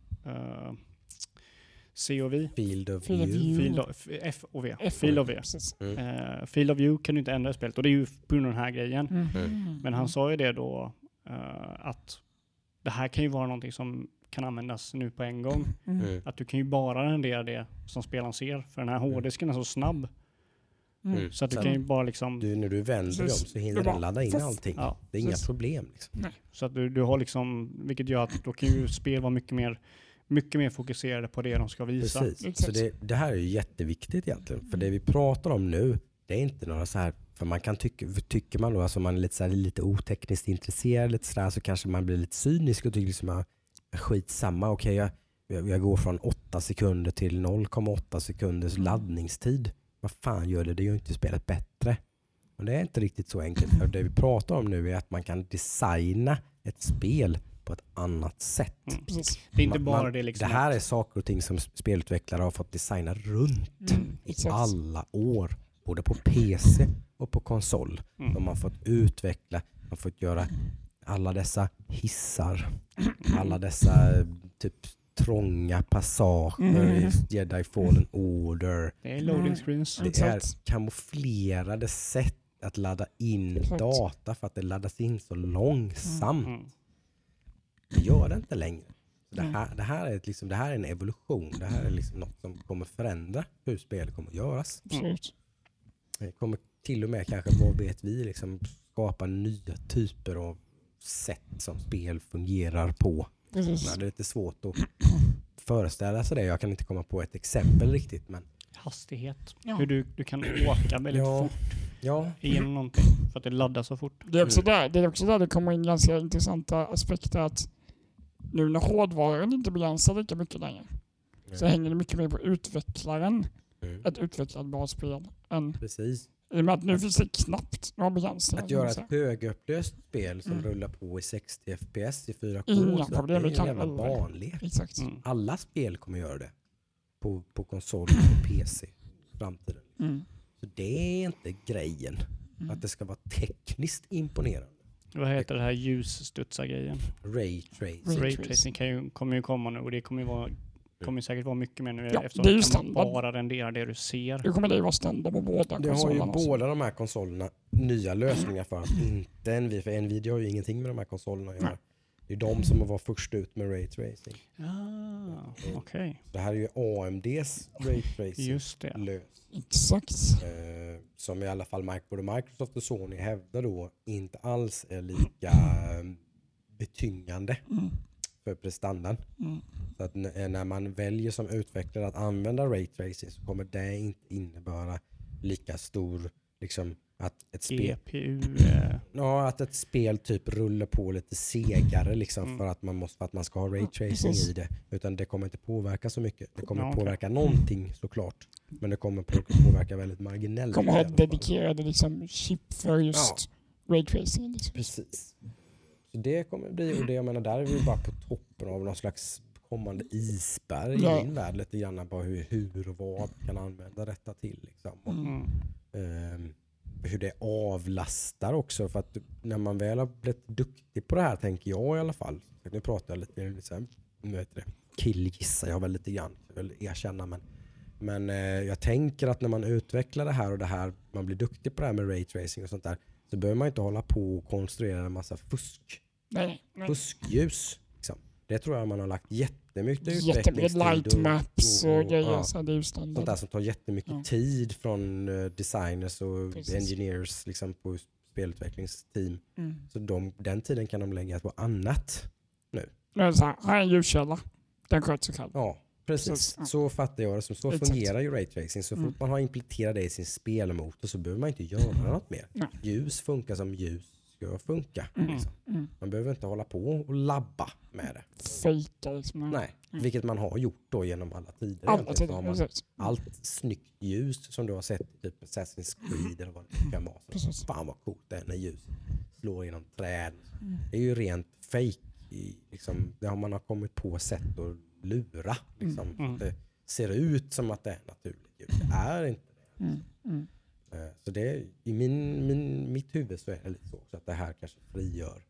COV. Field of View. FOV. Field of View. Field of View kan du inte ändra i spelet. Och det är ju på grund av den här grejen. Men han sa ju det då att det här kan ju vara någonting som kan användas nu på en gång. Att du kan ju bara rendera det som spelaren ser. För den här hårddisken är så snabb. Så att du kan ju bara liksom... när du vänder dem så hinner den ladda in allting. Ja, det är inga problem. Liksom. Så att du har liksom... Vilket gör att då kan ju spel vara mycket mer fokuserade på det de ska visa. Precis. Så det här är ju jätteviktigt egentligen. För det vi pratar om nu, det är inte några så här... För man kan tycker man då, alltså man är lite otekniskt intresserad lite sådär, så kanske man blir lite cynisk och tycker liksom skitsamma. Okej, jag går från 8 sekunder till 0,8 sekunders laddningstid. Vad fan gör det? Det gör inte spelet bättre. Men det är inte riktigt så enkelt. För det vi pratar om nu är att man kan designa ett spel på ett annat sätt. Det är inte bara det liksom. Det här är saker och ting som spelutvecklare har fått designa runt i alla år. Både på PC och på konsol. De har fått utveckla, har fått göra alla dessa hissar, alla dessa typ trånga passager i Jedi Fallen Order. Det är loading screens. Det är kamouflerade sätt att ladda in data för att det laddas in så långsamt. Det gör det inte längre. Det här är en evolution. Det här är liksom något som kommer förändra hur spel kommer att göras. Det kommer till och med kanske, vad vet vi, liksom skapa nya typer av sätt som spel fungerar på. Det är lite svårt att föreställa sig det. Jag kan inte komma på ett exempel riktigt. Men hastighet. Hur du kan åka väldigt fort igenom någonting för att det laddar så fort. Det är också där det kommer in ganska intressanta aspekter, att nu när hårdvaran inte begränsar lika mycket längre så hänger det mycket mer på utvecklaren att utveckla ett bra spel än precis. I och med att nu finns det knappt några begränsningar. Att göra ett högupplöst spel som rullar på i 60 fps i 4K, inga så problem, det är en jävla vanlig. Exakt. Alla spel kommer göra det på konsol och PC i framtiden. Så det är inte grejen att det ska vara tekniskt imponerande. Vad heter det här ljusstudsar-grejen? Ray tracing kommer ju komma nu, och det kommer säkert vara mycket mer nu eftersom det är ju kan man bara rendera det du ser. Det kommer det ju vara standard på båda konsolerna. Det har ju båda de här konsolerna nya lösningar för att inte Nvidia har ju ingenting med de här konsolerna att göra. Det är de som var först ut med Ray tracing. Okej. Det här är ju AMDs Ray tracing. Just det. Lös. Exakt. Som i alla fall både Microsoft och Sony hävdar då inte alls är lika betyngande för prestandan. Så att när man väljer som utvecklare att använda Ray tracing så kommer det inte innebära lika stor liksom att ett spel att ett spel typ rullar på lite segare liksom för att man ska ha Ray tracing i det, utan det kommer inte påverka så mycket. Det kommer påverka någonting såklart, men det kommer påverka väldigt marginellt. Kommer ha dedikerade liksom chip för just Ray tracing liksom. Precis. Så det kommer bli, och det jag menar, där är vi bara på toppen av någon slags kommande isberg i min värld lite grann, bara hur och vad kan använda detta till liksom. Hur det avlastar också, för att när man väl har blivit duktig på det här, tänker jag i alla fall, nu pratar jag lite liksom, killgissar jag väl lite grann, jag vill erkänna, men jag tänker att när man utvecklar det här och man blir duktig på det här med Ray tracing och sånt där, så behöver man inte hålla på och konstruera en massa fuskljus liksom. Det tror jag man har lagt jättemycket utvecklingstid light maps och grejer, så det är ju standard. Sånt där som tar jättemycket tid från designers och engineers liksom, på spelutvecklingsteam. Så den tiden kan de lägga på annat nu. Här är en ljuskälla. Den sköts sig själv. Ja, precis. Så fattar jag det. Så fungerar ju Ray tracing. Så fort man har implementerat det i sin spelmotor så behöver man inte göra något mer. Ljus funkar som ljus ska funka. Liksom. Man behöver inte hålla på och labba med det. Fejka liksom. Nej, vilket man har gjort då genom alla tider. Allt snyggt ljus som du har sett typ Assassin's Creed eller vad det kan vara. Fan vad coolt det är när ljus slår genom träd. Det är ju rent fake. Liksom, det har man kommit på sätt att lura. Liksom, det ser ut som att det är naturligt ljus. Det är inte det. Så det är, i mitt huvud så är det lite så också att det här kanske frigör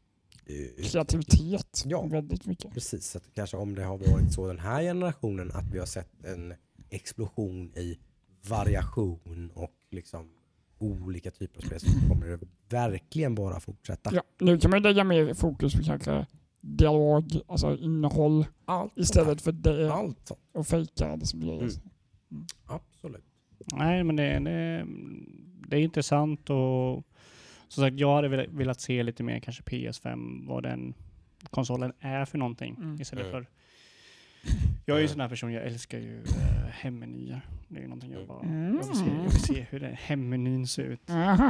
kreativitet väldigt mycket. Precis, så att kanske om det har varit så den här generationen att vi har sett en explosion i variation och liksom olika typer av spel, så kommer det verkligen bara fortsätta. Ja, nu kan man lägga mer fokus på kanske dialog, alltså innehåll, istället för det och fejka det som blir. Absolut. Nej, men det är intressant, och som sagt, jag hade velat se lite mer kanske PS5, vad den konsolen är för någonting istället för. Jag är ju sån här person, jag älskar ju hemmenyer. Det är ju någonting jag bara jag vill se hur hemmenyn ser ut.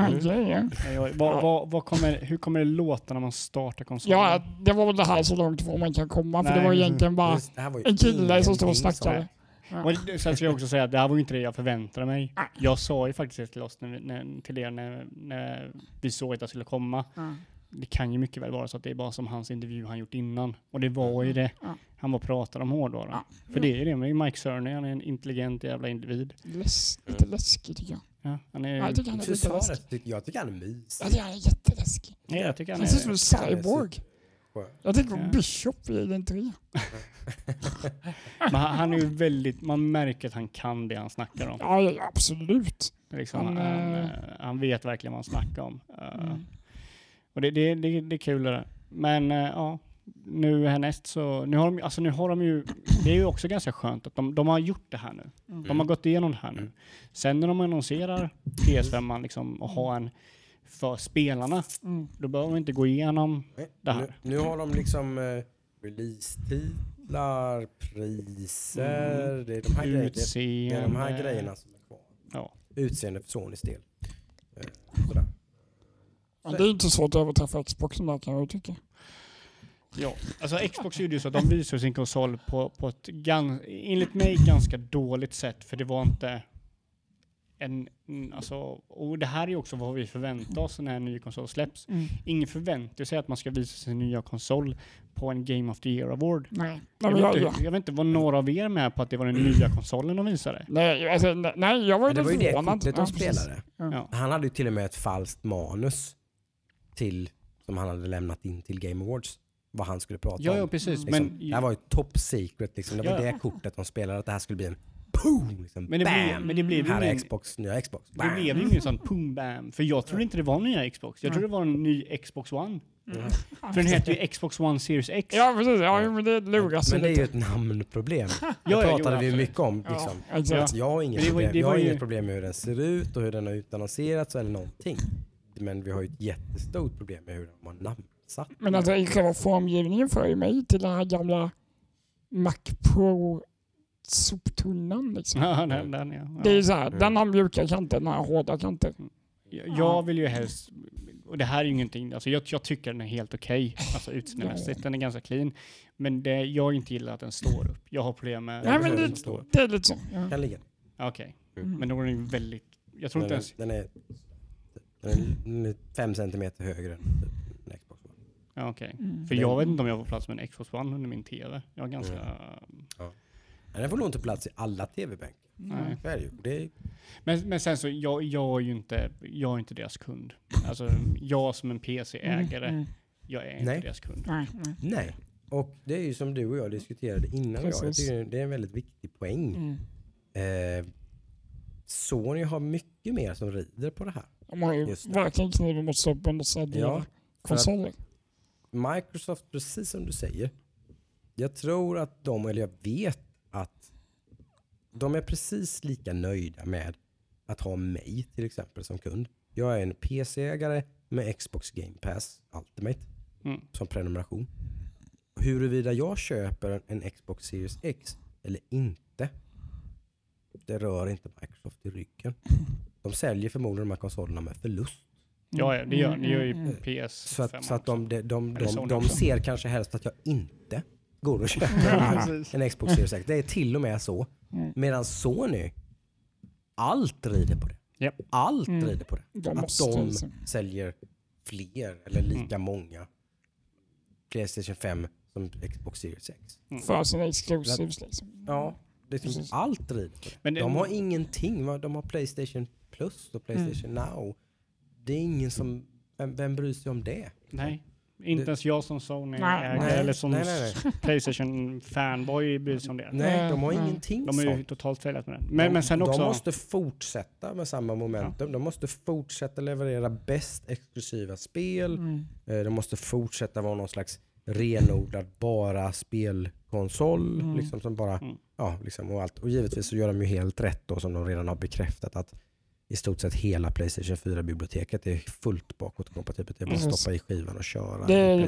Hur kommer det låta när man startar konsolen? Ja, det var väl det här så långt var man kan komma, för det var egentligen bara en kille som stod och snackade. Och sen ska jag också säga att det här var ju inte det jag förväntade mig. Jag sa ju faktiskt till oss när vi såg att det skulle komma. Det kan ju mycket väl vara så att det är bara som hans intervju han gjort innan. Och det var ju det. Han bara pratade om hårdvara. För det är ju det med Mike Cerny. Han är en intelligent jävla individ. Lite läskig tycker jag. Ja, han är... Jag tycker han är lite läskig. Jag tycker han är mysig. Jag tycker han är jätteläskig. Ja, jag tycker han ser ut som en cyborg. Jag tänker på Bishop i den 3. Men han är ju väldigt, man märker att han kan det han snackar om. Ja, absolut. Liksom, han vet verkligen vad han snackar om. Och det är kul det. Men ja, nu härnäst så nu har de ju, det är ju också ganska skönt att de har gjort det här nu. De har gått igenom det här nu. Sen när de annonserar PS5 liksom, och har en för spelarna, då behöver de inte gå igenom det här. Nu har de liksom release-titlar, priser, det är de här Utseende. Det är de här grejerna som är kvar. Ja. Utseende för Sonys del. Sådär. Ja, det är inte svårt att överträffa Xboxen där, kan jag tycka. Ja, alltså Xbox gjorde ju så att de visade sin konsol på ett enligt mig ganska dåligt sätt, för det var inte alltså, och det här är också vad vi förväntar oss när en ny konsol släpps. Ingen förväntar sig att man ska visa sin nya konsol på en Game of the Year Award. Nej. Jag vet inte vad några av er med på att det var den nya konsolen de visade. Nej, jag var ju det var ju det förvånad. kortet de spelade. Ja. Han hade ju till och med ett falskt manus som han hade lämnat in till Game Awards. Vad han skulle prata om. Ja, precis. Liksom, Men det här var ju top secret. Liksom. Det var det kortet de spelade, att det här skulle bli en boom, liksom, men det blev här är ingen, Xbox, nya Xbox. Det blev ju ingen sån boom bam. För jag trodde inte det var nya Xbox. Jag trodde det var en ny Xbox One. För den heter ju Xbox One Series X. Ja, precis. Ja, men det luras men det är lite. ju ett namnproblem. Det pratade vi mycket om. Liksom. Ja. Jag har inget problem med hur den ser ut och hur den har utannonserats eller någonting. Men vi har ju ett jättestort problem med hur den var namnsatt. Men alltså i själva formgivningen för ju mig till den här gamla Mac Pro soptunnan liksom. Ja, den ja. Det är så här, den har mjuka kanter, den har hårda kanter. Jag vill ju helst, och det här är ju ingenting, alltså jag tycker den är helt okej, alltså utseendemässigt, den är ganska clean. Men det jag inte gillar att den står upp. Jag har problem med Nej, men den står upp. Det är lite så. Ja. Kan ligga. Okej. Men då är den väldigt, jag tror inte ens... Den är 5 centimeter högre än en Xbox One. Ja, okej. För jag vet inte om jag får plats med en Xbox One under min TV. Jag är ganska... Ja. Den får nog inte plats i alla TV-bänkar. Nej. Det är... Men sen så, jag är ju inte deras kund. Alltså, jag som en PC-ägare, jag är inte deras kund. Nej. Och det är ju som du och jag diskuterade innan. Jag tycker det är en väldigt viktig poäng. Sony har mycket mer som rider på det här. De har ju verkligen kniven mot stubben och säljer konsoler. Microsoft, precis som du säger, jag tror att jag vet att de är precis lika nöjda med att ha mig till exempel som kund. Jag är en PC-ägare med Xbox Game Pass Ultimate som prenumeration. Huruvida jag köper en Xbox Series X eller inte, det rör inte Microsoft i ryggen. De säljer förmodligen de här konsolerna med förlust. Ja, det gör ju PS5. Så att de ser kanske helst att jag inte går och köper en Xbox Series X. Det är till och med så. Medan Sony, allt rider på det. Yep. Allt rider på det. Att de liksom säljer fler eller lika många PlayStation 5 som Xbox Series X. För sina exclusives liksom. Ja, det är allt rider på det. Men de har ingenting. De har PlayStation Plus och PlayStation Now. Det är ingen som... Vem bryr sig om det? Nej. Inte ens jag som Sony-ägare eller som PlayStation-fanboy bryr sig om det. Nej, de har ingenting. De är ju totalt failat med det. Men sen också... De måste fortsätta med samma momentum. De måste fortsätta leverera bäst exklusiva spel. De måste fortsätta vara någon slags renodlad bara spelkonsol. Liksom som bara... Ja, liksom och allt. Och givetvis så gör de ju helt rätt då, som de redan har bekräftat, att i stort sett hela PlayStation 4-biblioteket är fullt bakåtkompatibelt. Det är bara att stoppa i skivan och köra.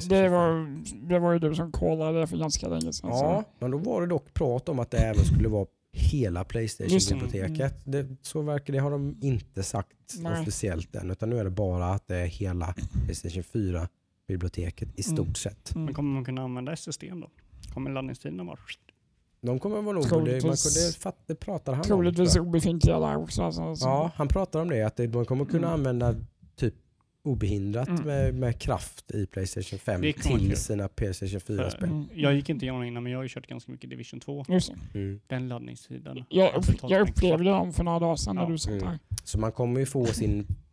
Det var ju du som kollade det för ganska länge sedan. Ja, men då var det dock prat om att det även skulle vara hela PlayStation-biblioteket. Så verkar det har de inte sagt officiellt än, utan nu är det bara att det är hela PlayStation 4-biblioteket i stort sett. Men kommer man kunna använda SSD då? Kommer laddningstiderna vara... De kommer vara nog... Det pratar han om. Troligtvis obefintliga där också. Ja, han pratar om det. Att de kommer kunna använda typ obehindrat med kraft i PlayStation 5 till sina PlayStation 4-spel. Jag gick inte igenom innan, men jag har ju kört ganska mycket Division 2. Den laddningstiden. Jag upplevde dem för några dagar sedan när du satt här. Så man kommer ju få sin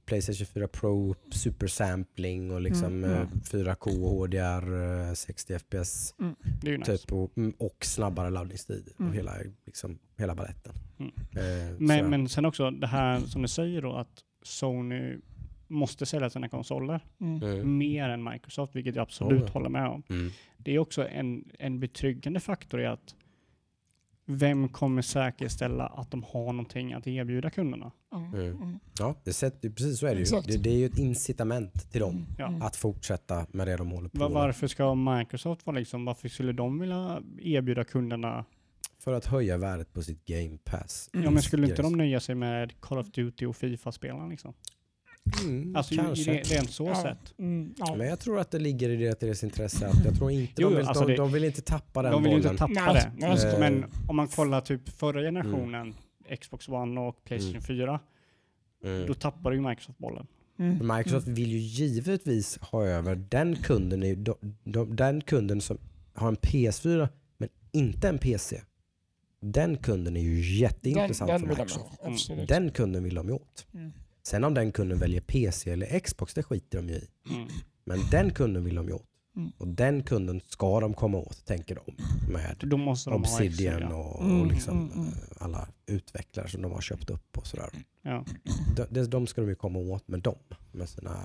PlayStation 4 Pro supersampling och liksom 4K HDR 60 FPS Det är ju nice. typ och snabbare laddningstider och hela baletten. Men sen också det här som du säger då, att Sony måste sälja sina konsoler mer än Microsoft, vilket jag absolut håller med om. Det är också en betryggande faktor i att vem kommer säkerställa att de har någonting att erbjuda kunderna? Ja, precis så är det ju. Det är ju ett incitament till dem att fortsätta med det de håller på med. Varför ska Microsoft vara liksom, varför skulle de vilja erbjuda kunderna? För att höja värdet på sitt Game Pass. Ja, men skulle inte de nöja sig med Call of Duty och FIFA-spelaren liksom? Alltså kanske. Rent så sätt. Men jag tror att det ligger i deras intresse. Att jag tror inte de vill inte tappa den bollen. De vill inte tappa det. Men om man kollar typ förra generationen, Xbox One och PlayStation 4, då tappar ju Microsoft bollen. Microsoft vill ju givetvis ha över den kunden, den kunden som har en PS4 men inte en PC. Den kunden är ju jätteintressant för Microsoft. Den kunden vill de ju åt. Sen om den kunden väljer PC eller Xbox, det skiter de ju i. Men den kunden vill de ju åt. Och den kunden ska de komma åt, tänker de. Med Obsidian och liksom alla utvecklare som de har köpt upp och sådär. Ja. De ska de ju komma åt med dem. Med sina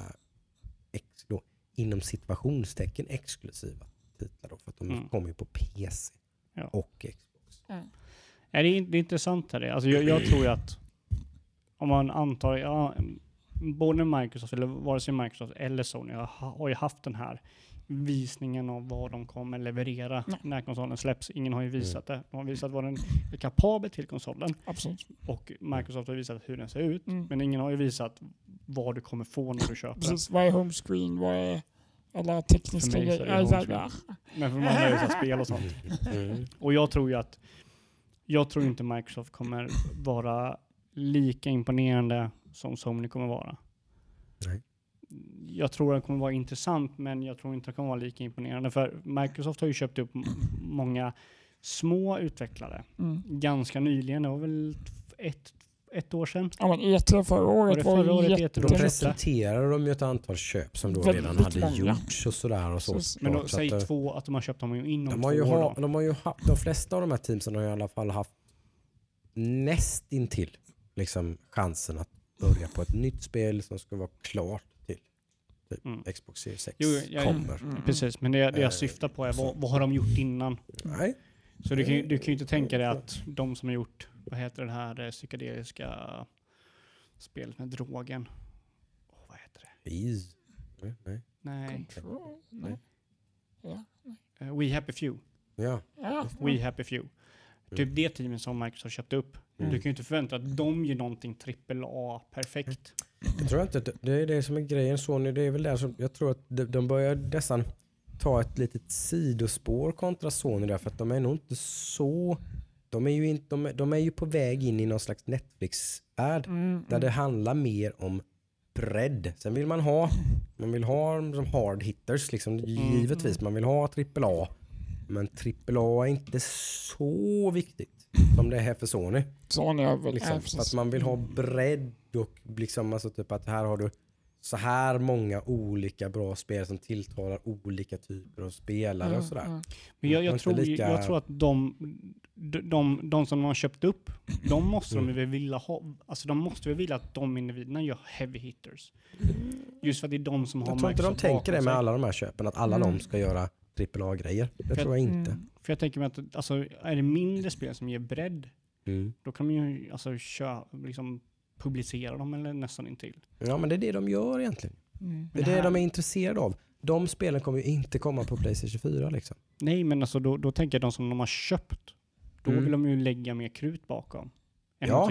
inom situationstecken exklusiva titlar. För att de kommer ju på PC och Xbox. Det är intressant här. Alltså jag tror ju att om man antar, både Microsoft eller vare sig Microsoft eller Sony har ju haft den här visningen av vad de kommer leverera när konsolen släpps. Ingen har ju visat det. De har visat vad den är kapabel till konsolen. Absolut. Och Microsoft har visat hur den ser ut. Men ingen har ju visat vad du kommer få när du köper. Precis, vad är homescreen? Vad är alla tekniska grejer? Men för många är det så spel och sånt. Och jag tror inte Microsoft kommer vara lika imponerande som Sony kommer vara. Nej. Jag tror att det kommer vara intressant, men jag tror inte att det kommer vara lika imponerande. För Microsoft har ju köpt upp många små utvecklare. Ganska nyligen, det var väl ett år sedan. Ja, men E3 förra året var jättebra. De presenterade de ju ett antal köp som då redan hade gjorts och sådär. Och så. Men då, säg två att de har köpt dem inom 2 år. De flesta av de här teamsen har i alla fall haft nästintill liksom chansen att börja på ett nytt spel som ska vara klart till Xbox Series 6 kommer. Precis, men det jag syftar på är vad har de gjort innan? Nej. Så du kan ju inte tänka dig att de som har gjort, vad heter det här psykedeliska spelet med drogen? Vad heter det? Nej. We Happy Few. Ja. We Happy Few. Typ det teamet som Microsoft köpte upp. Du kan ju inte förvänta att de gör någonting AAA perfekt. Jag tror inte det är det som är grejen. Sony, det är väl där som jag tror att de börjar nästan ta ett litet sidospår kontra Sony där, för att de är nog inte så, de är ju på väg in i någon slags Netflix-värld där det handlar mer om bredd. Sen vill man vill ha som hard hitters liksom, givetvis man vill ha AAA. Men AAA är inte så viktigt som det är här för Sony. Sony är väl liksom, för att man vill ha bredd och liksom, alltså typ att här har du så här många olika bra spel som tilltalar olika typer av spelare och sådär. Men jag tror att de som har köpt upp, de måste de väl vilja ha, alltså de måste väl vilja att de individerna gör heavy hitters. Just för att det är de som har. Jag tror inte de tänker det med alla de här köpen, att alla de ska göra AAA-grejer. Det tror jag inte. För jag tänker mig att alltså, är det mindre spel som ger bredd, då kan man ju alltså liksom publicera dem eller nästan intill. Ja, men det är det de gör egentligen. Det är det de är intresserade av. De spelen kommer ju inte komma på PlayStation 4 liksom. Nej, men alltså då tänker jag de som de har köpt, då vill de ju lägga mer krut bakom. Ja.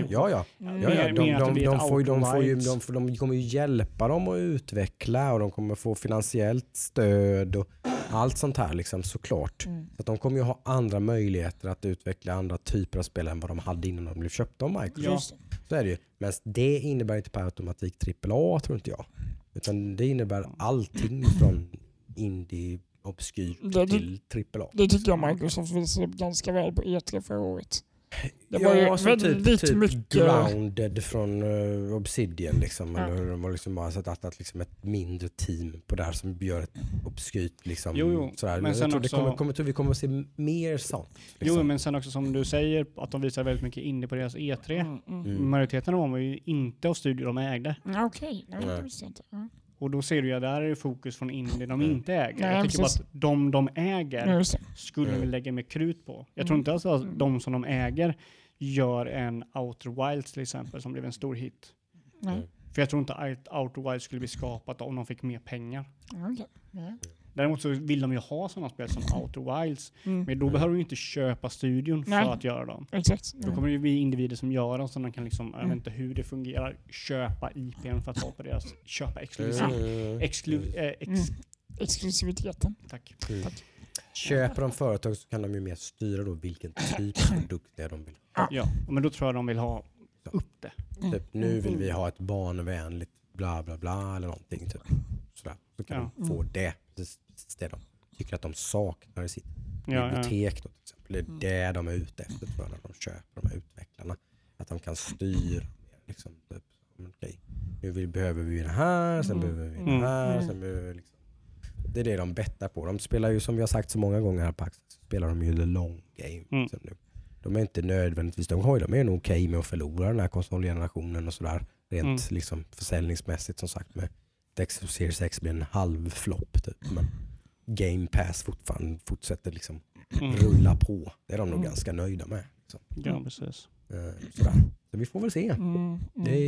De kommer ju hjälpa dem att utveckla och de kommer få finansiellt stöd och allt sånt här liksom, såklart. Så att de kommer ju ha andra möjligheter att utveckla andra typer av spel än vad de hade innan de blev köpta av Microsoft. Så är det ju. Men det innebär inte per automatik AAA, tror inte jag. Utan det innebär allting från indie obskyr till AAA. Det tycker jag Microsoft visade upp ganska väl på E3 förra året. Det var ju väldigt typ mycket... Grounded från Obsidian liksom. Eller hur de har liksom bara satt att liksom ett mindre team på där som gör ett obskyrt liksom. Jo, sådär. Men sen jag tror också... vi kommer att se mer sånt. Liksom. Jo, men sen också som du säger att de visar väldigt mycket indie på deras E3. Majoriteten av dem var ju inte av studier de ägde. Okej, det visste jag inte. Och då ser du ju där är fokus från indie de inte äger. Nej, jag tycker bara att de äger skulle vi lägga mer krut på. Jag tror inte alltså att de som de äger gör en Outer Wilds till exempel som blev en stor hit. För jag tror inte att Outer Wilds skulle bli skapat om de fick mer pengar. Däremot så vill de ju ha sådana spel som Outer Wilds. Men då behöver du inte köpa studion för att göra dem. Exakt. Då kommer det bli individer som gör dem så de kan liksom, jag vet inte hur det fungerar, köpa IPn för att ta på deras, köpa exklusiviteten. Tack. Köper de företag så kan de ju mer styra då vilken typ av produkt det är de vill. Ja, men då tror jag de vill ha upp det. Typ, nu vill vi ha ett barnvänligt bla bla bla eller någonting typ. Sådär. Så kan de få det de tycker att de saknar i sitt bibliotek då, till exempel. Det är det de är ute efter tror jag, när de köper de här utvecklarna. Att de kan styra liksom, typ, okej, nu behöver vi den här, sen behöver vi den här, sen behöver vi liksom. Det är det de bettar på. De spelar ju, som vi har sagt så många gånger här på Axel, spelar de ju the long game. Liksom nu. De är inte nödvändigtvis, de är nog okej med att förlora den här konsolgenerationen och sådär. Rent liksom försäljningsmässigt som sagt med Xbox Series X blir en halv flopp typ. Men Game Pass fortsätter liksom rulla på. Det är de nog ganska nöjda med. Liksom. Ja, precis. Sådär. Så vi får väl se. Det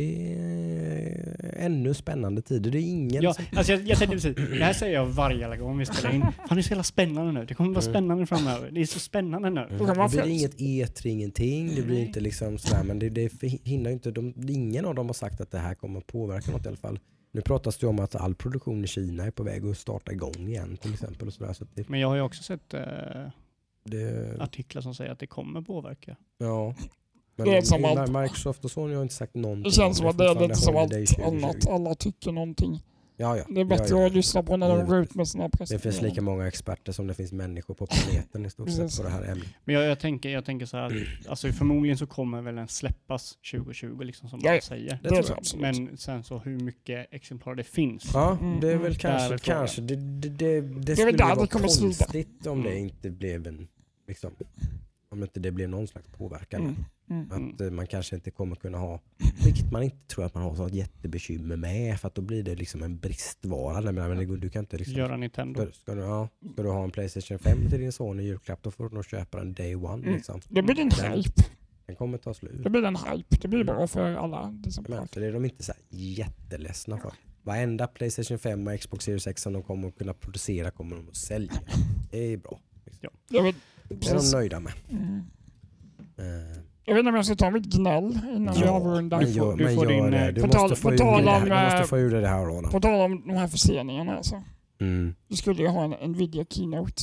är ännu spännande tider. Det är ingen alltså jag tänkte precis, det här säger jag varje gång vi spelar in. Fan, det är så jävla spännande nu. Det kommer vara spännande framöver. Det är så spännande nu. Det blir inget E3, ingenting. Det blir inte liksom sådär, men det hindrar inte. Ingen av dem har sagt att det här kommer påverka något i alla fall. Nu pratas det om att all produktion i Kina är på väg att starta igång igen till exempel. Och sådär, så att men jag har ju också sett artiklar som säger att det kommer påverka. Ja. Men det är som att Microsoft och Sony har inte sagt någonting. Det känns som att det är lite som allt annat. Alla tycker någonting. Ja. Det är bättre att lyssna på när de går ut med sina press. Det finns lika många experter som det finns människor på planeten i stort sett på det här ämnet. Men jag tänker så här, alltså förmodligen så kommer väl en släppas 2020 liksom som man säger. Det tror jag absolut. Men sen så hur mycket exemplar det finns. Ja, det är väl kanske det skulle vara konstigt om det inte blev en liksom, om inte det blev någon slags påverkan. Att man kanske inte kommer kunna ha, vilket man inte tror att man har så jättebekymmer med, för att då blir det liksom en bristvara. Men du kan inte liksom, göra Nintendo. Ska du ha en PlayStation 5 till din son i julklapp, då får du nog köpa den day one. Liksom. Det blir en hype. Den kommer ta slut. Det blir en hype. Det blir bra för alla. Så det är de inte så jätteledsna för. Varenda PlayStation 5 och Xbox Series X som de kommer att kunna producera kommer de att sälja. Det är bra. Liksom. Det är de nöjda med. Jag vet inte om jag ska ta mitt gnäll innan vi avrundar. Du måste få ur det här då. På tal om de här förseningarna alltså. Du skulle ju ha en Nvidia Keynote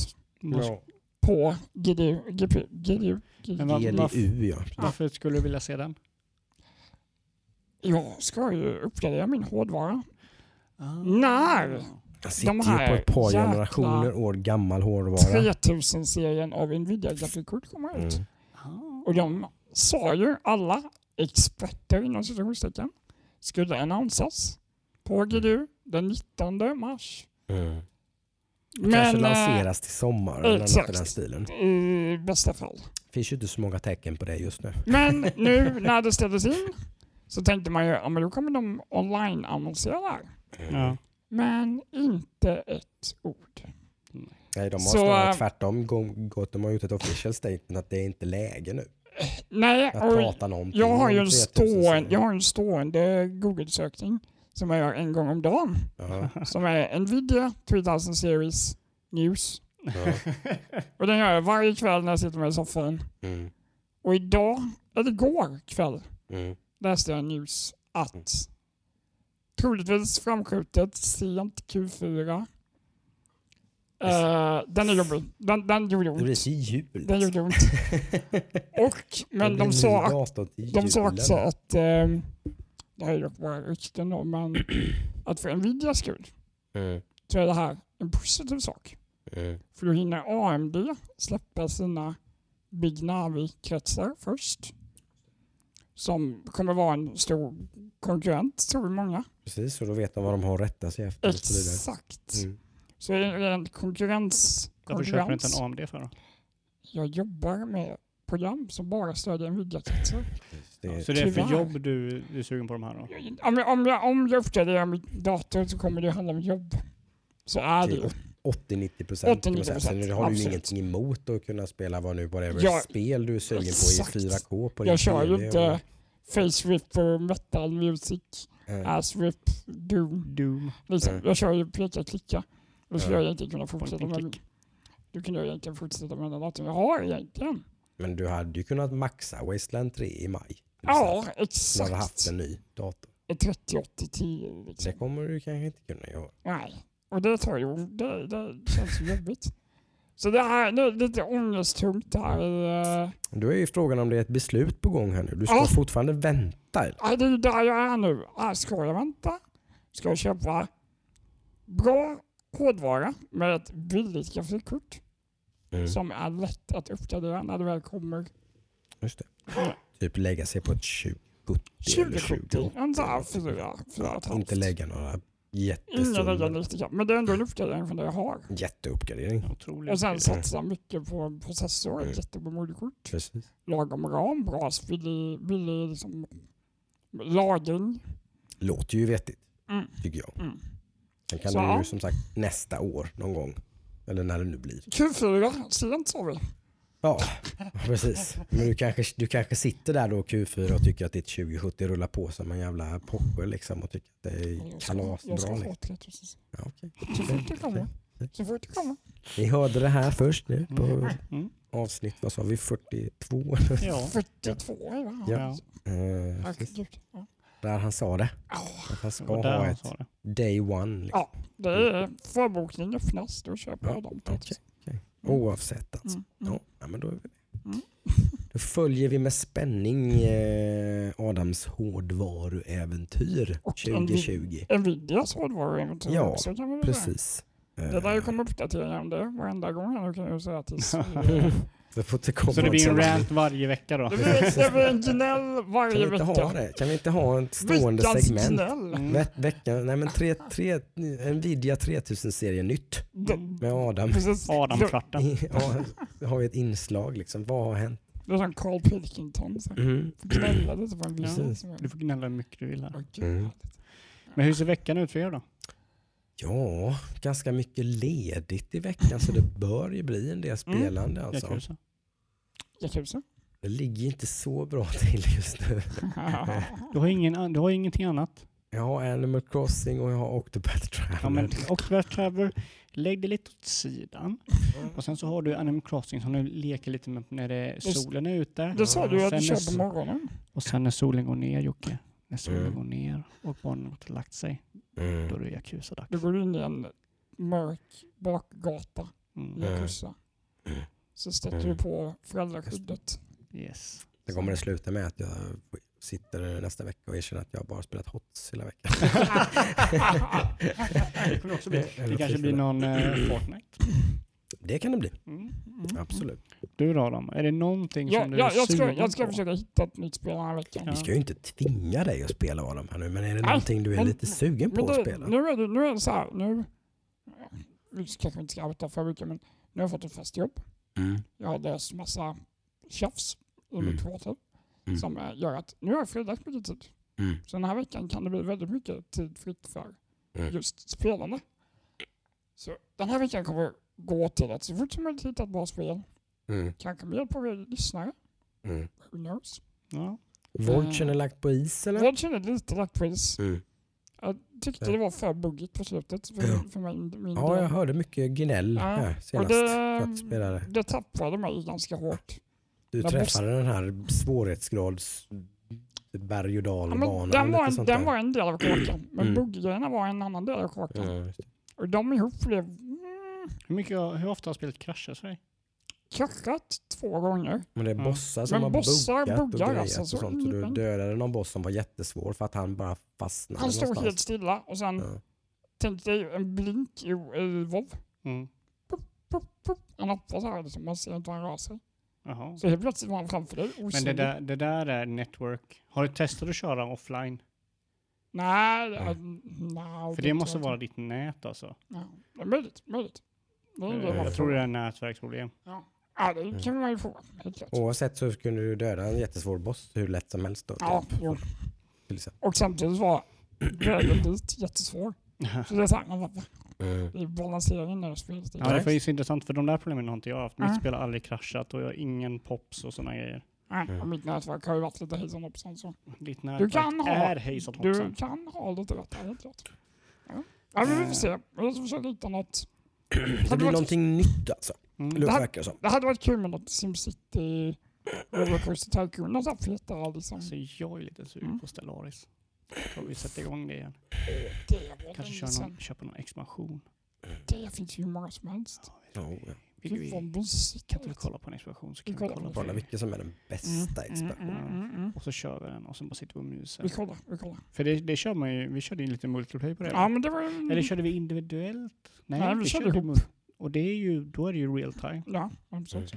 på GDU. Varför skulle du vilja se den? Jag ska ju uppgradera min hårdvara. När jag sitter ju på ett par generationer år gammal hårdvara. 3000-serien av Nvidia grafikkort kommer ut. Och de sa ju alla experter inom situationstecken skulle annonsas på GDU den 19 mars. Men kanske lanseras till sommar eller något i den stilen. I bästa fall. Det finns ju inte så många tecken på det just nu. Men nu när det ställdes in så tänkte man ju, men då kommer de online annonsera där. Men inte ett ord. Nej, de har snarare tvärtom gått. De har gjort ett official statement att det är inte läge nu. Nej, att prata någonting. Jag har ju en stående Google-sökning som jag gör en gång om dagen. Som är Nvidia 3000 Series News. Och den gör jag varje kväll när jag sitter med i soffan. Och igår kväll läste jag news att troligtvis framskjutet sent Q4. Den är jobbig. Den gjorde ont. Det blir så jul. Den gjorde ont. Men de sa också att det här är dock bara rykten då, men att för Nvidias skull så är det här en positiv sak. För då hinner AMD släppa sina Big Navi-kretsar först. Som kommer vara en stor konkurrent, tror många. Precis, så då vet de vad de har att rätta sig efter. Exakt. Så är det en konkurrens. Varför köper du inte en AMD för då? Jag jobbar med program som bara stödjer Nvidia-kretsar. Så det är för jobb du är sugen på de här då? Om jag uppgraderar min dator så kommer det handla om jobb. Så är det 80-90%. Sen har du ju ingenting emot att kunna spela spel du är sugen på i 4K på din jag kör ju inte Face Rip och Metal Music, Ass Rip, Doom. Liksom. Jag kör ju peka-klicka. Och så jag inte kunna fortsätta med du kunde ju inte fortsätta med den datorn jag har egentligen. Men du hade ju kunnat maxa Wasteland 3 i maj. Ja, exakt. Du hade haft en ny dator. 3080-10 liksom. Det kommer du kanske inte kunna göra. Nej, och det tar ju, det känns jobbigt. Så det är lite ångesttungt här. Du är ju frågan om det är ett beslut på gång här nu. Du ska fortfarande vänta. Ja, det är där jag är nu. Ska jag vänta? Ska jag köpa bra hårdvara med ett billigt grafikkort som är lätt att uppgradera när det väl kommer. Just det. Typ lägga sig på ett 2070 eller 2080. Inte lägga några jättesummor. Men det är ändå en uppgradering från det jag har. Jätteuppgradering. Och sen satsa mycket på processor, jättebra moderkort. Precis. Lagom ram, bra billig liksom, lagring. Låter ju vettigt, tycker jag. Sen kan du ju som sagt nästa år någon gång. Eller när det nu blir. Q4, sent sa vi. Ja, precis. Men du kanske sitter där då Q4 och tycker att ditt 2070 rullar på som en jävla pocker liksom och tycker att det är kalasbra. Jag ska ha 3000. Ja, okej. Så fort det kommer. Ni hörde det här först nu på avsnitt, vad sa vi, 42? Ja. 42, ja. Där han sa det. Att han ska ha ett day one. Liksom. Ja, det är förbokning öppnas. Då köper jag dem. Okay. Oavsett alltså. Ja, men då är vi Då följer vi med spänning Adams hårdvaruäventyr 2020. Nvidias hårdvaruäventyr också kan vi precis. Det där kommer uppdateringar om det varenda gång. Nu kan jag säga att så det blir en rant varje vecka då? Det blir en gnäll varje vecka. Kan vi inte ha ett stående segment? Veckan, nej men Nvidia 3000-serie nytt med Adam. Adam-kvarten. Ja, har vi ett inslag liksom. Vad har hänt? Det är som Carl Pilkington. Gnälla lite på en du får gnälla hur mycket du vill här. Men hur ser veckan ut för er då? Ja, ganska mycket ledigt i veckan så det bör ju bli en del spelande alltså. Yakuza. Det ligger inte så bra till just nu. Du har ingenting annat? Jag har Animal Crossing och jag har Octopath Traveler. Ja, men Octopath Traveler, lägg det lite åt sidan. Och sen så har du Animal Crossing som du leker lite med när solen är ute. Det sa du att du kör på morgonen. Och sen när solen går ner, Jocke. När solen går ner och barnen har lagt sig, då är det Yakuza-dags. Då går du in i en mörk bakgata i Yakuza. Så sätter du på föräldraskyddet. Yes. Det kommer att sluta med att jag sitter nästa vecka och erkänner att jag bara spelat HOTS hela veckan. Det kommer också bli. Det kanske blir någon Fortnite. Det kan det bli. Absolut. Du då, Adam? Är det någonting som du är sugen på? Jag ska försöka hitta ett nytt spel den här veckan. Vi ska ju inte tvinga dig att spela Adam här nu, men är det någonting du är lite sugen på att spela? Nu är det så här, vi kanske inte ska arbeta för mycket, men nu har jag fått ett fast jobb. Jag har löst massa tjafs i mitt kvartal som gör att nu har jag fredag mycket tid. Så den här veckan kan det bli väldigt mycket tid fritt för just spelarna. Så den här veckan kommer gå till att så fort som möjligt hitta ett bra spel. Kanske med hjälp av er lyssnare. Who knows? Ja. Volchen är lagt på is eller? Volchen är lite lagt på is. Jag tyckte det var för buggigt på slutet. För min jag hörde mycket gnäll här senast. Det tappade mig ganska hårt. Du träffade den här svårighetsgrads berg- och dalbanan. Den var en del av kakan. Men bugggrejerna var en annan del av kakan. Och de ihop blev... Hur ofta har spelet kraschat för dig? Kraschat 2 gånger. Men det är bossar som har buggat och grejat alltså, och sånt. Och du dödade någon boss som var jättesvår för att han bara fastnade. Han stod helt stilla och sen tänkte jag en blink i WoW. En appa så här, liksom, man ser inte vad han rör sig. Jaha. Så helt plötsligt var han framför dig. Men det där är network. Har du testat att köra offline? Nej. För det måste vara ditt nät alltså. Ja, möjligt. Jag tror det är nätverksproblem. Ja, det kan man ju få. Oavsett så kunde du döda en jättesvår boss hur lätt som helst då. Ja, jo. Och samtidigt var vägen dit jättesvår. Så det är såhär, det är balanseringen där i spelet. Ja, det är så intressant för de där problemen har inte jag haft. Mitt spel har aldrig kraschat och jag har ingen pops och såna grejer. Och mitt nätverk har ju varit lite hejsan hoppsan så. Ditt nätverk är hejsan hoppsan. Du kan ha lite rätt här, helt klart. Ja, men vi får se. Jag ska försöka hitta något. Det blir någonting nytt alltså. Det hade varit kul med något SimCity Rollercoaster Tycoon och så feta liksom. Så jag är lite sugen på Stellaris. Får vi sätta igång det igen. Kanske köpa någon expansion. Det finns ju många som helst. Kan du kolla på en expansion så kan vi kolla vilken som är den bästa expansionen. Och så kör vi den och sen bara sitter vi och myser. Vi kollar. För det kör man ju, vi körde ju lite multiplayer på det. Ja, men det var eller körde vi individuellt? Nej, vi körde ihop. Och då är det ju real time. Ja, absolut.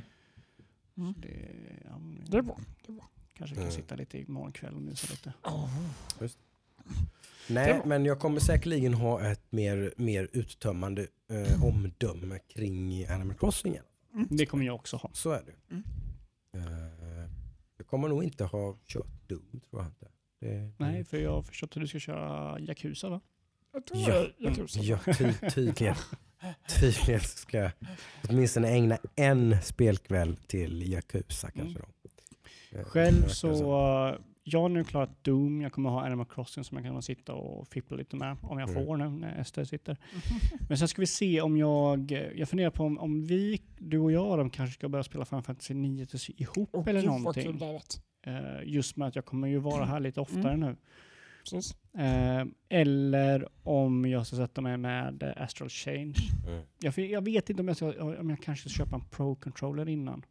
Det är bra. Kanske kan sitta lite imorgon kväll och mysa lite. Just. Nej, men jag kommer säkerligen ha ett mer uttömmande omdöme kring Animal Crossing. Det kommer jag också ha. Så är det. Jag kommer nog inte ha kört Doom, tror jag inte. Nej, för jag har förstått att du ska köra Yakuza, va? Ja, tydligen. Tydligen ska jag åtminstone ägna en spelkväll till Yakuza kanske då. Själv så jag har nu klarat Doom. Jag kommer ha Animal Crossing som jag kan sitta och fippla lite med om jag får nu när Ester sitter. Men sen ska vi se om jag funderar på om du och jag de kanske ska börja spela Final Fantasy 9 ihop eller någonting. Just med att jag kommer ju vara här lite oftare nu. Precis. Eller om jag ska sätta mig med Astral Change. Jag vet inte om jag kanske ska köpa en Pro-controller innan.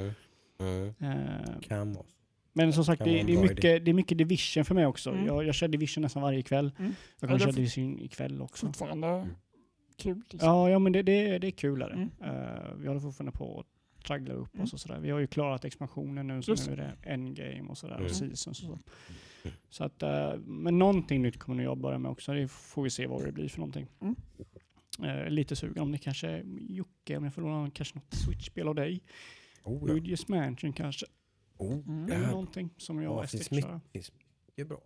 Kan vara. Men som sagt, det är mycket Division för mig också. Jag kör Division nästan varje kväll. Jag kommer köra Division ikväll också. Fortfarande kul. Liksom. Ja, men det är kul. Vi håller fortfarande på att traggla upp oss och sådär. Vi har ju klarat expansionen nu, så nu är det endgame och sådär och seasons och så. Så att, men någonting nytt kommer jag börja med också. Det får vi se vad det blir för någonting. Lite sugen om det kanske är Jocke, om jag får låna kanske något Switch-spel av dig. Luigi's Mansion kanske. Det är någonting som jag är finns mycket bra.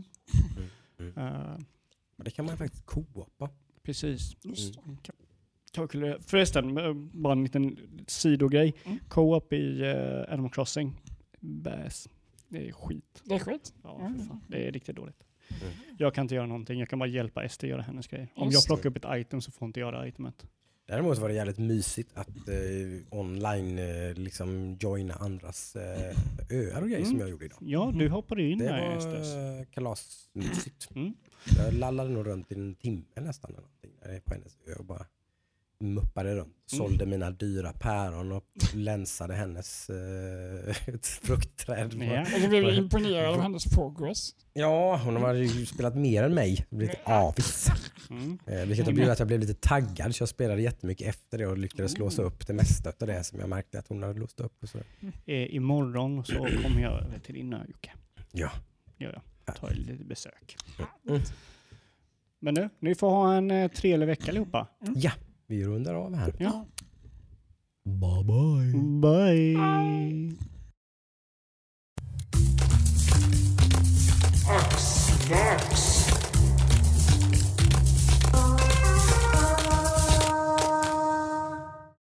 Det kan man faktiskt co-opa. Precis. Förresten, bara en liten sidogrej. Co-op i Animal Crossing. Bäs. Det är skit. Det är skit? Ja, för fan. Det är riktigt dåligt. Jag kan inte göra någonting. Jag kan bara hjälpa Ester göra hennes grejer. Om jag plockar upp ett item så får inte jag det itemet. Däremot var det jävligt mysigt att online liksom joina andras öar och grejer som jag gjorde idag. Ja, du hoppade in där. Det var kalasmysigt. Jag lallade nog runt i en timme nästan eller någonting på hennes ö och bara muppade runt. Sålde mina dyra päron och länsade hennes fruktträd. Och du blev imponerad av hennes progress. Ja, hon har ju spelat mer än mig. Det blev lite avis. Vilket har blivit att jag blev lite taggad. Så jag spelade jättemycket efter det och lyckades låsa upp det mesta av det som jag märkte att hon hade låst upp. Och så. Imorgon så kommer jag över till din ö, Jocke. Ja. Tar lite besök. Men nu, ni får ha en trevlig vecka allihopa. Ja, vi rundar av här. Ja. Bye bye. Bye.